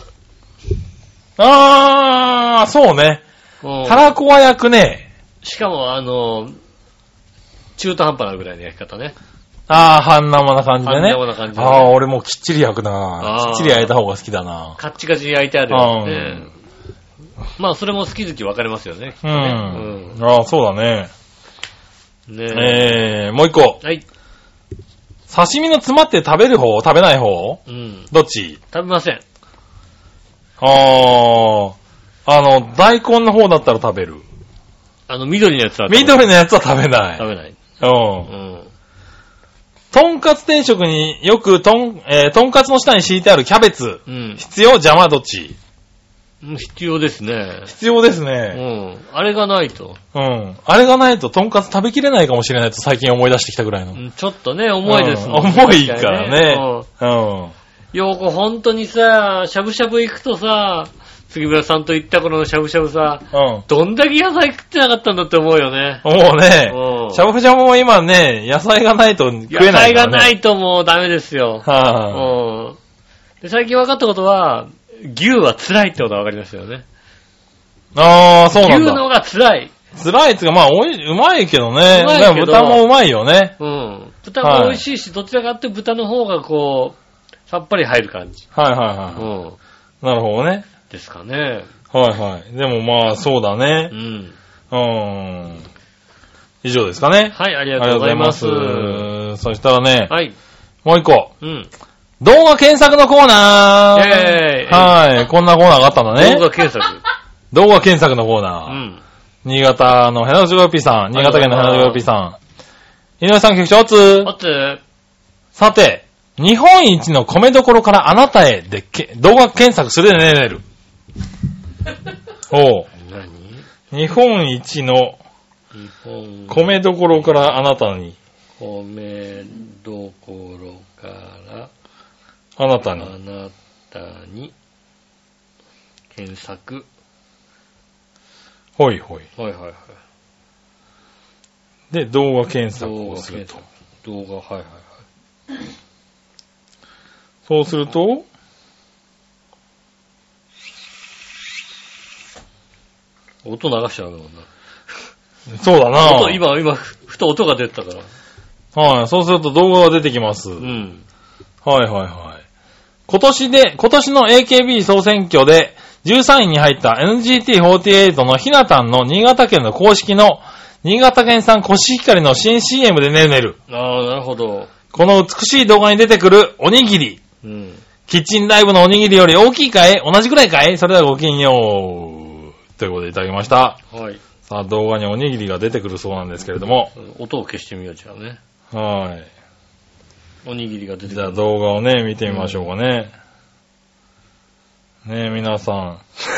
あー、そうね。うん。たらこは焼くね。 しかも、あの、中途半端なぐらいの焼き方ね。 あー、半生な感じでね。 半生な感じで、ね。 あー、俺もうきっちり焼くな。きっちり焼いた方が好きだな。 カッチカチ焼いてあるやつね。まあ、それも好き好き分かれますよね。 うん。うん、ああ、そうだね。 ねえ。えー、もう一個。 はい。 刺身の詰まって食べる方？食べない方？うん。どっち？ 食べません。 あー、あの、大根の方だったら食べる。 あの、緑のやつは食べない。 緑のやつは食べない。 食べない。 うん。うん。とんかつ定食によくとん、えー、とんかつの下に敷いてあるキャベツ。うん。必要？邪魔？どっち？ 必要ですね。 必要ですね。 うん。あれがないと。 うん。あれがないと、とんかつ食べきれないかもしれないと最近思い出してきたぐらいの。うん、 ちょっとね、重いですもん、 うん、重いからね。うん。うん。 よく本当にさ、しゃぶしゃぶ行くとさ、杉村さんと行った頃のしゃぶしゃぶさ、うん。どんだけ野菜食ってなかったんだって思うよね。 思うね。うん。しゃぶしゃぶも今ね、野菜がないと食えないからね。野菜がないともうダメですよ。はぁ、うん。で、最近分かったことは、牛は辛いってことが分かりましたよね。 ああ、そうなんだ。 牛のが辛い。 辛いっていうか、まあ、おい、うまいけどね。うまいけど豚もうまいよね。 うん。豚も美味しいし、はい、どちらかって豚の方がこう、さっぱり入る感じ。 はいはいはい。うん。なるほどね。 ですかね。 はいはい。でもまあ、そうだね。うん。うん。以上ですかね。 はい、ありがとうございます。 ありがとうございます。そしたらね。 はい。 もう一個。うん。動画検索のコーナー。 イェーイ。 はい。こんなコーナーがあったんだね。 動画検索。 動画検索のコーナー。うん。新潟のヘナジョピーさん。新潟県のヘナジョピーさん。井上さん局長、おつ。 おつ。 さて、日本一の米どころからあなたへでけ動画検索するでねねる。おう。何？日本一の米どころからあなたに。 米どころから。 あなたに。 あなたに、検索。 ほいほい。 はいはいはい。 で、動画検索をすると。 動画、はいはいはい。 そうすると、 音流しちゃうもんな。 そうだな。 音、今、今、ふと音が出てたから。 はい、そうすると動画が出てきます。うん。はいはいはい。今年で、今年の エーケービー 総選挙でじゅうさんいに入った エヌジーティーフォーティーエイト のひなたんの新潟県の公式の新潟県産コシヒカリの新 シーエム でねるねる。 ああ、なるほど。 この美しい動画に出てくるおにぎり。うん。キッチンライブのおにぎりより大きいかい？同じくらいかい？それではごきげんよう。ということでいただきました。 はい。 さあ、動画におにぎりが出てくるそうなんですけれども。 音を消してみよう、じゃあね。 はい。 おにぎりが出てくる。 じゃあ動画をね、見てみましょうかね。うん、ねえ、皆さん。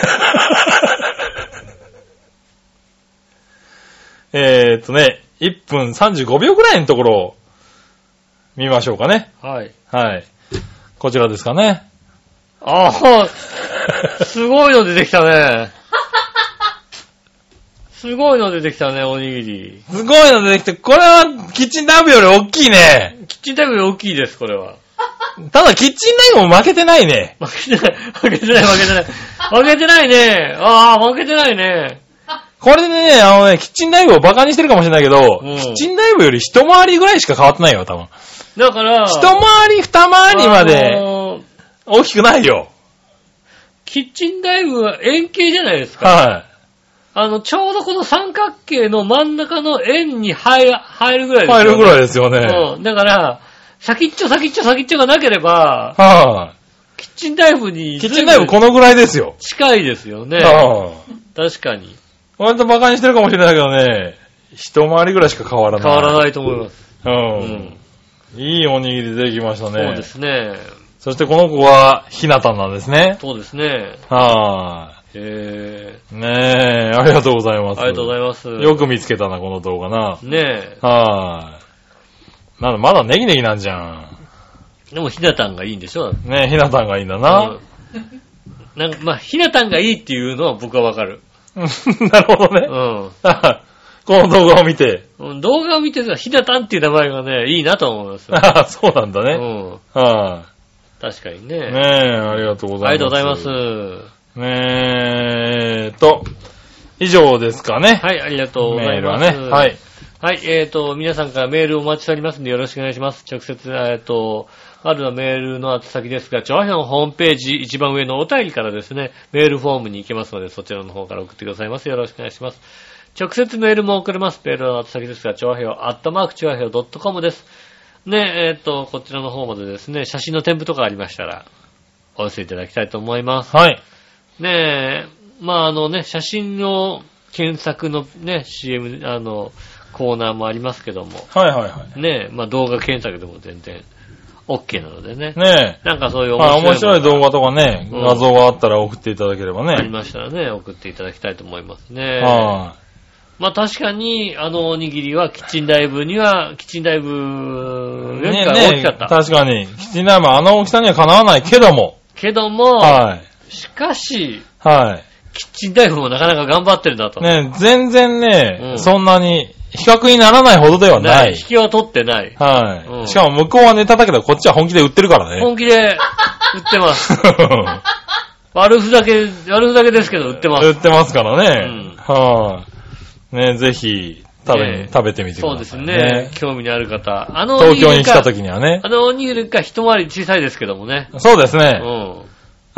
えーっとね、いっぷんさんじゅうごびょうくらいのところを見ましょうかね。 はい。 はい。こちらですかね。 ああ、すごいの出てきたね。すごいの出てきたね、おにぎり。 すごいの出てきて、これはキッチンタイムより大きいね。 キッチンタイムより大きいです、これは。 ただキッチンタイムも負けてないね。 負けてない、負けてない、負けてない。負けてないね。ああ、負けてないね。 これでね、あのね、キッチンタイムをバカにしてるかもしれないけど、うん、キッチンタイムより一回りぐらいしか変わってないよ、多分。 だから、 一回り二回りまで、大きくないよ。 キッチンタイムは円形じゃないですか。 はい。 あの、ちょうどこの三角形の真ん中の円に入る、入るぐらいですよね。 入るぐらいですよね。 うん。だから、先っちょ先っちょ先っちょがなければ、 はい。 キッチンタイムに、 キッチンタイムこのぐらいですよ。 近いですよね。 は確かに。 割と馬鹿にしてるかもしれないけどね、一回りぐらいしか変わらない。 変わらないと思います。 うん。うん、いいおにぎり出てきましたね。 そうですね。 そしてこの子は、ひなたんなんですね。 そうですね。 はーい。へー。ねえ、ありがとうございます。 ありがとうございます。 よく見つけたな、この動画な。 ねえ。 はーい。なんだ、まだネギネギなんじゃん。 でもひなたんがいいんでしょ。 ねえ、ひなたんがいいんだな。うん、 なんか、まあ、ひなたんがいいっていうのは僕はわかる。 なるほどね。 うん。 この動画を見て。 動画を見てるひなたんっていう名前がね、いいなと思います。 ああ、そうなんだね。 うん。 はい、 確かにね。 ねえ、ありがとうございます。 ありがとうございます。 ねえと、以上ですかね。 はい、ありがとうございます。 メールはね。はい。 はい、えっと、皆さんからメールをお待ちしておりますのでよろしくお願いします。直接、えっと、あるのメールの宛先ですが、チョアヘのホームページ一番上のお便りからですね、メールフォームに行けますので、そちらの方から送ってくださいます。よろしくお願いします。直接メールも送れます。メールの宛先ですが、チョアヘオ、アットマークチョアヘオ .com です。ね、えっと、こちらの方までですね、写真の添付とかありましたら、お寄せいただきたいと思います。 はい。 ねえ、まああのね、写真の検索のね、シーエム、あの、コーナーもありますけども。 はいはいはい。 ねえ、まあ動画検索でも全然 OK なのでね。 ねえ。 なんかそういう面白い、面白い動画とかね、うん、画像があったら送っていただければね。 ありましたらね、送っていただきたいと思いますね。 はい。 まあ確かに、あのおにぎりはキッチンダイブには、キッチンダイブよりか大きかった。 ねね、確かに。キッチンダイブはあの大きさにはかなわないけども。 けども、 はい。 しかし、 はい。 キッチンダイブもなかなか頑張ってるんだと。 ね、全然ね、うん、そんなに比較にならないほどではない。 引きは取ってない。 はい、うん。しかも向こうはネタだけどこっちは本気で売ってるからね。 本気で売ってます。悪ふざけ、悪ふざけですけど売ってます。 売ってますからね。うん、はい、ね、ぜひ、食べ、ね、食べてみてください、ね。 そうですね。興味のある方。 あの東京に来た時にはね。 あのおにぎりが一回り小さいですけどもね。 そうですね。 うん。 うん。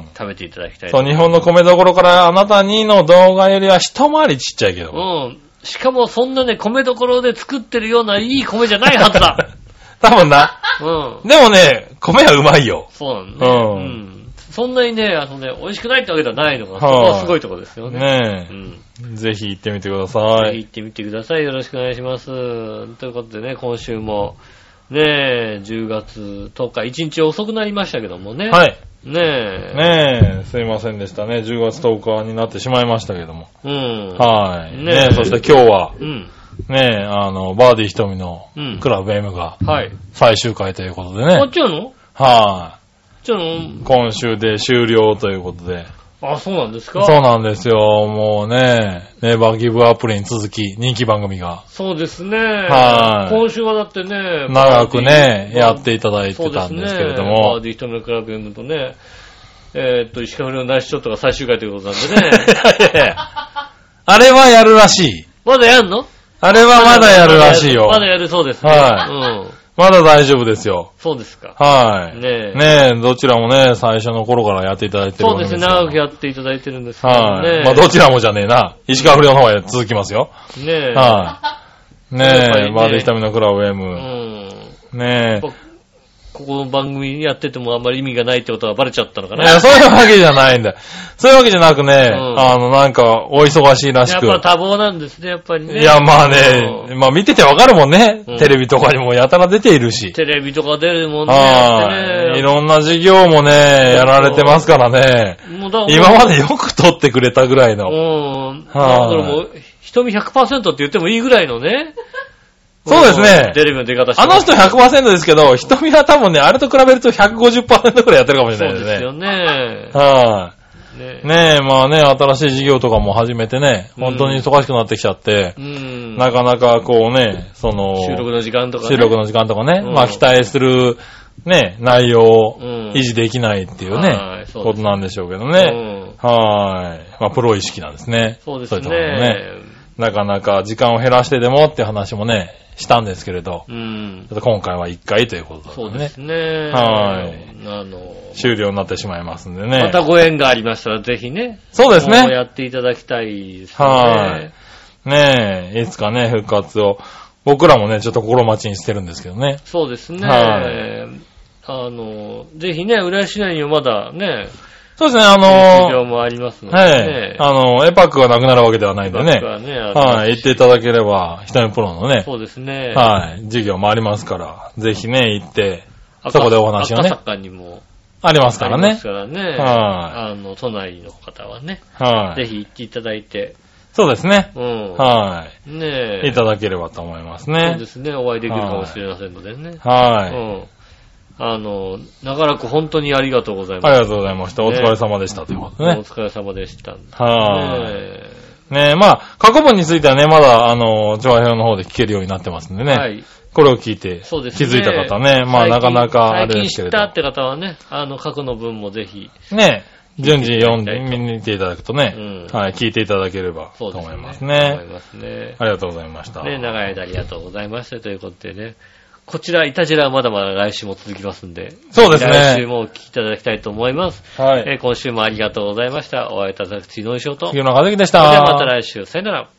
食べていただきたい。 そう、日本の米どころからあなたにの動画よりは一回りちっちゃいけど。 うん。しかもそんなね、米どころで作ってるようないい米じゃないはずだ。 多分な。 うん。 でもね、米はうまいよ。 そうなんだね。うん。うん。そんなにね、あのね、美味しくないってわけではないのが、そこはすごいところですよね。 ねえ。うん。ぜひ行ってみてください。 ぜひ行ってみてください。よろしくお願いします。ということでね、今週も、ねえ、じゅうがつとおか、いちにち遅くなりましたけどもね。 はい。 ねえ。 ねえ、すいませんでしたね。じゅうがつとおかになってしまいましたけども。 うん。 はい。ねえ、そして今日は、 うん。 ねえ、あの、バーディー瞳のクラブ M が、 はい。 最終回ということでね。 あっちゃうのはい。 じゃあ、 今週で終了ということで。 あ、そうなんですか？ そうなんですよ。もうね、ネバーギブアップルに続き、人気番組が。 そうですね。 はい。 今週はだってね、 長くね、やっていただいてたんですけれども。 バーディー瞳のクラブ M とね、えー、っと、石川不良ナイスショットが最終回ということなんでね。 いやいやあれはやるらしい。 まだやんの？ あれはまだやるらしいよ。 まだやるそうですね。 はい。うん。まだ大丈夫ですよ。 そうですか。 はい。 ねえ。 ねえ、どちらもね、最初の頃からやっていただいてるそうですね、長くやっていただいてるんですけどね。はい。 まあどちらもじゃねえな。石川不良の方は続きますよ。 ねえ。 はい。ねえ、バーディー瞳のクラブ M。 うん。 ねえ。 ここの番組やっててもあんまり意味がないってことがバレちゃったのかな。 いや、そういうわけじゃないんだよ。そういうわけじゃなくね、うん、あの、なんか、お忙しいらしく。 やっぱ多忙なんですね、やっぱりね。 いや、まあね、うん、まあ見ててわかるもんね、うん。テレビとかにもやたら出ているし。 テレビとか出るもんね。 はい。いろんな事業もね、やられてますからね。今までよく撮ってくれたぐらいの。 うん。はい。だからもう、瞳 ひゃくパーセント って言ってもいいぐらいのね。 そうですね。 テレビの出方してあの人 ひゃくパーセント ですけど、瞳は多分ね、あれと比べると ひゃくごじゅっパーセント くらいやってるかもしれないですね。 そうですよね。 はい。ねえ、ねえまあね、新しい事業とかも始めてね、本当に忙しくなってきちゃって、うん、なかなかこうね、その、 収録の時間とかね。 収録の時間とかね、うん、まあ期待する、ね、内容を維持できないっていうね、うん、うことなんでしょうけどね。うん、はい。まあプロ意識なんですね。 そうですね。 そういうところね。なかなか時間を減らしてでもっていう話もね、したんですけれど、うん、ちょっと今回はいっかいということだったね。 そうですね。 はい。 あの、 終了になってしまいますんでね。 またご縁がありましたらぜひね。 そうですね。 やっていただきたいですね。 はい。ねえ、いつかね、復活を。僕らもね、ちょっと心待ちにしてるんですけどね。 そうですね。はい。あの、ぜひね、浦安市内にはまだね、 そうですね、あのー、 事業もありますので、 ね。はい。あのー、エパックがなくなるわけではないんでね。エパックはね、はい。行っていただければ、ひとみプロのね。 そうですね。 はい。事業もありますから、ぜひね、行って、そこでお話をね。 赤坂にも。 ありますからね。 ありますからね。はい。あの、都内の方はね。はい。ぜひ行っていただいて。 そうですね。 うん。 はい。 ねえ。 いただければと思いますね。 そうですね。お会いできるかもしれませんのでね。 はい。 うん。あの、長らく本当にありがとうございました。 ありがとうございました。お疲れ様でしたということね。 お疲れ様でした。 はい。ねえ、まあ、過去文についてはね、まだ、あの、調和表の方で聞けるようになってますんでね。はい。これを聞いて、気づいた方ね、まあ、なかなかあれですけれど。 最近知ったって方はね、あの、過去の文もぜひ。 ねえ、順次読んで、見ていただくとね、うん、はい、聞いていただければと思いますね。 思いますね。 ありがとうございました。 ね、長い間ありがとうございましたということでね。こちら、イタジラはまだまだ来週も続きますんで。 そうですね。 来週もお聞きいただきたいと思います。 はい。 えー、今週もありがとうございました。お会いいただくついのいしょうと。 杉野和樹でした。 それではまた来週。さよなら。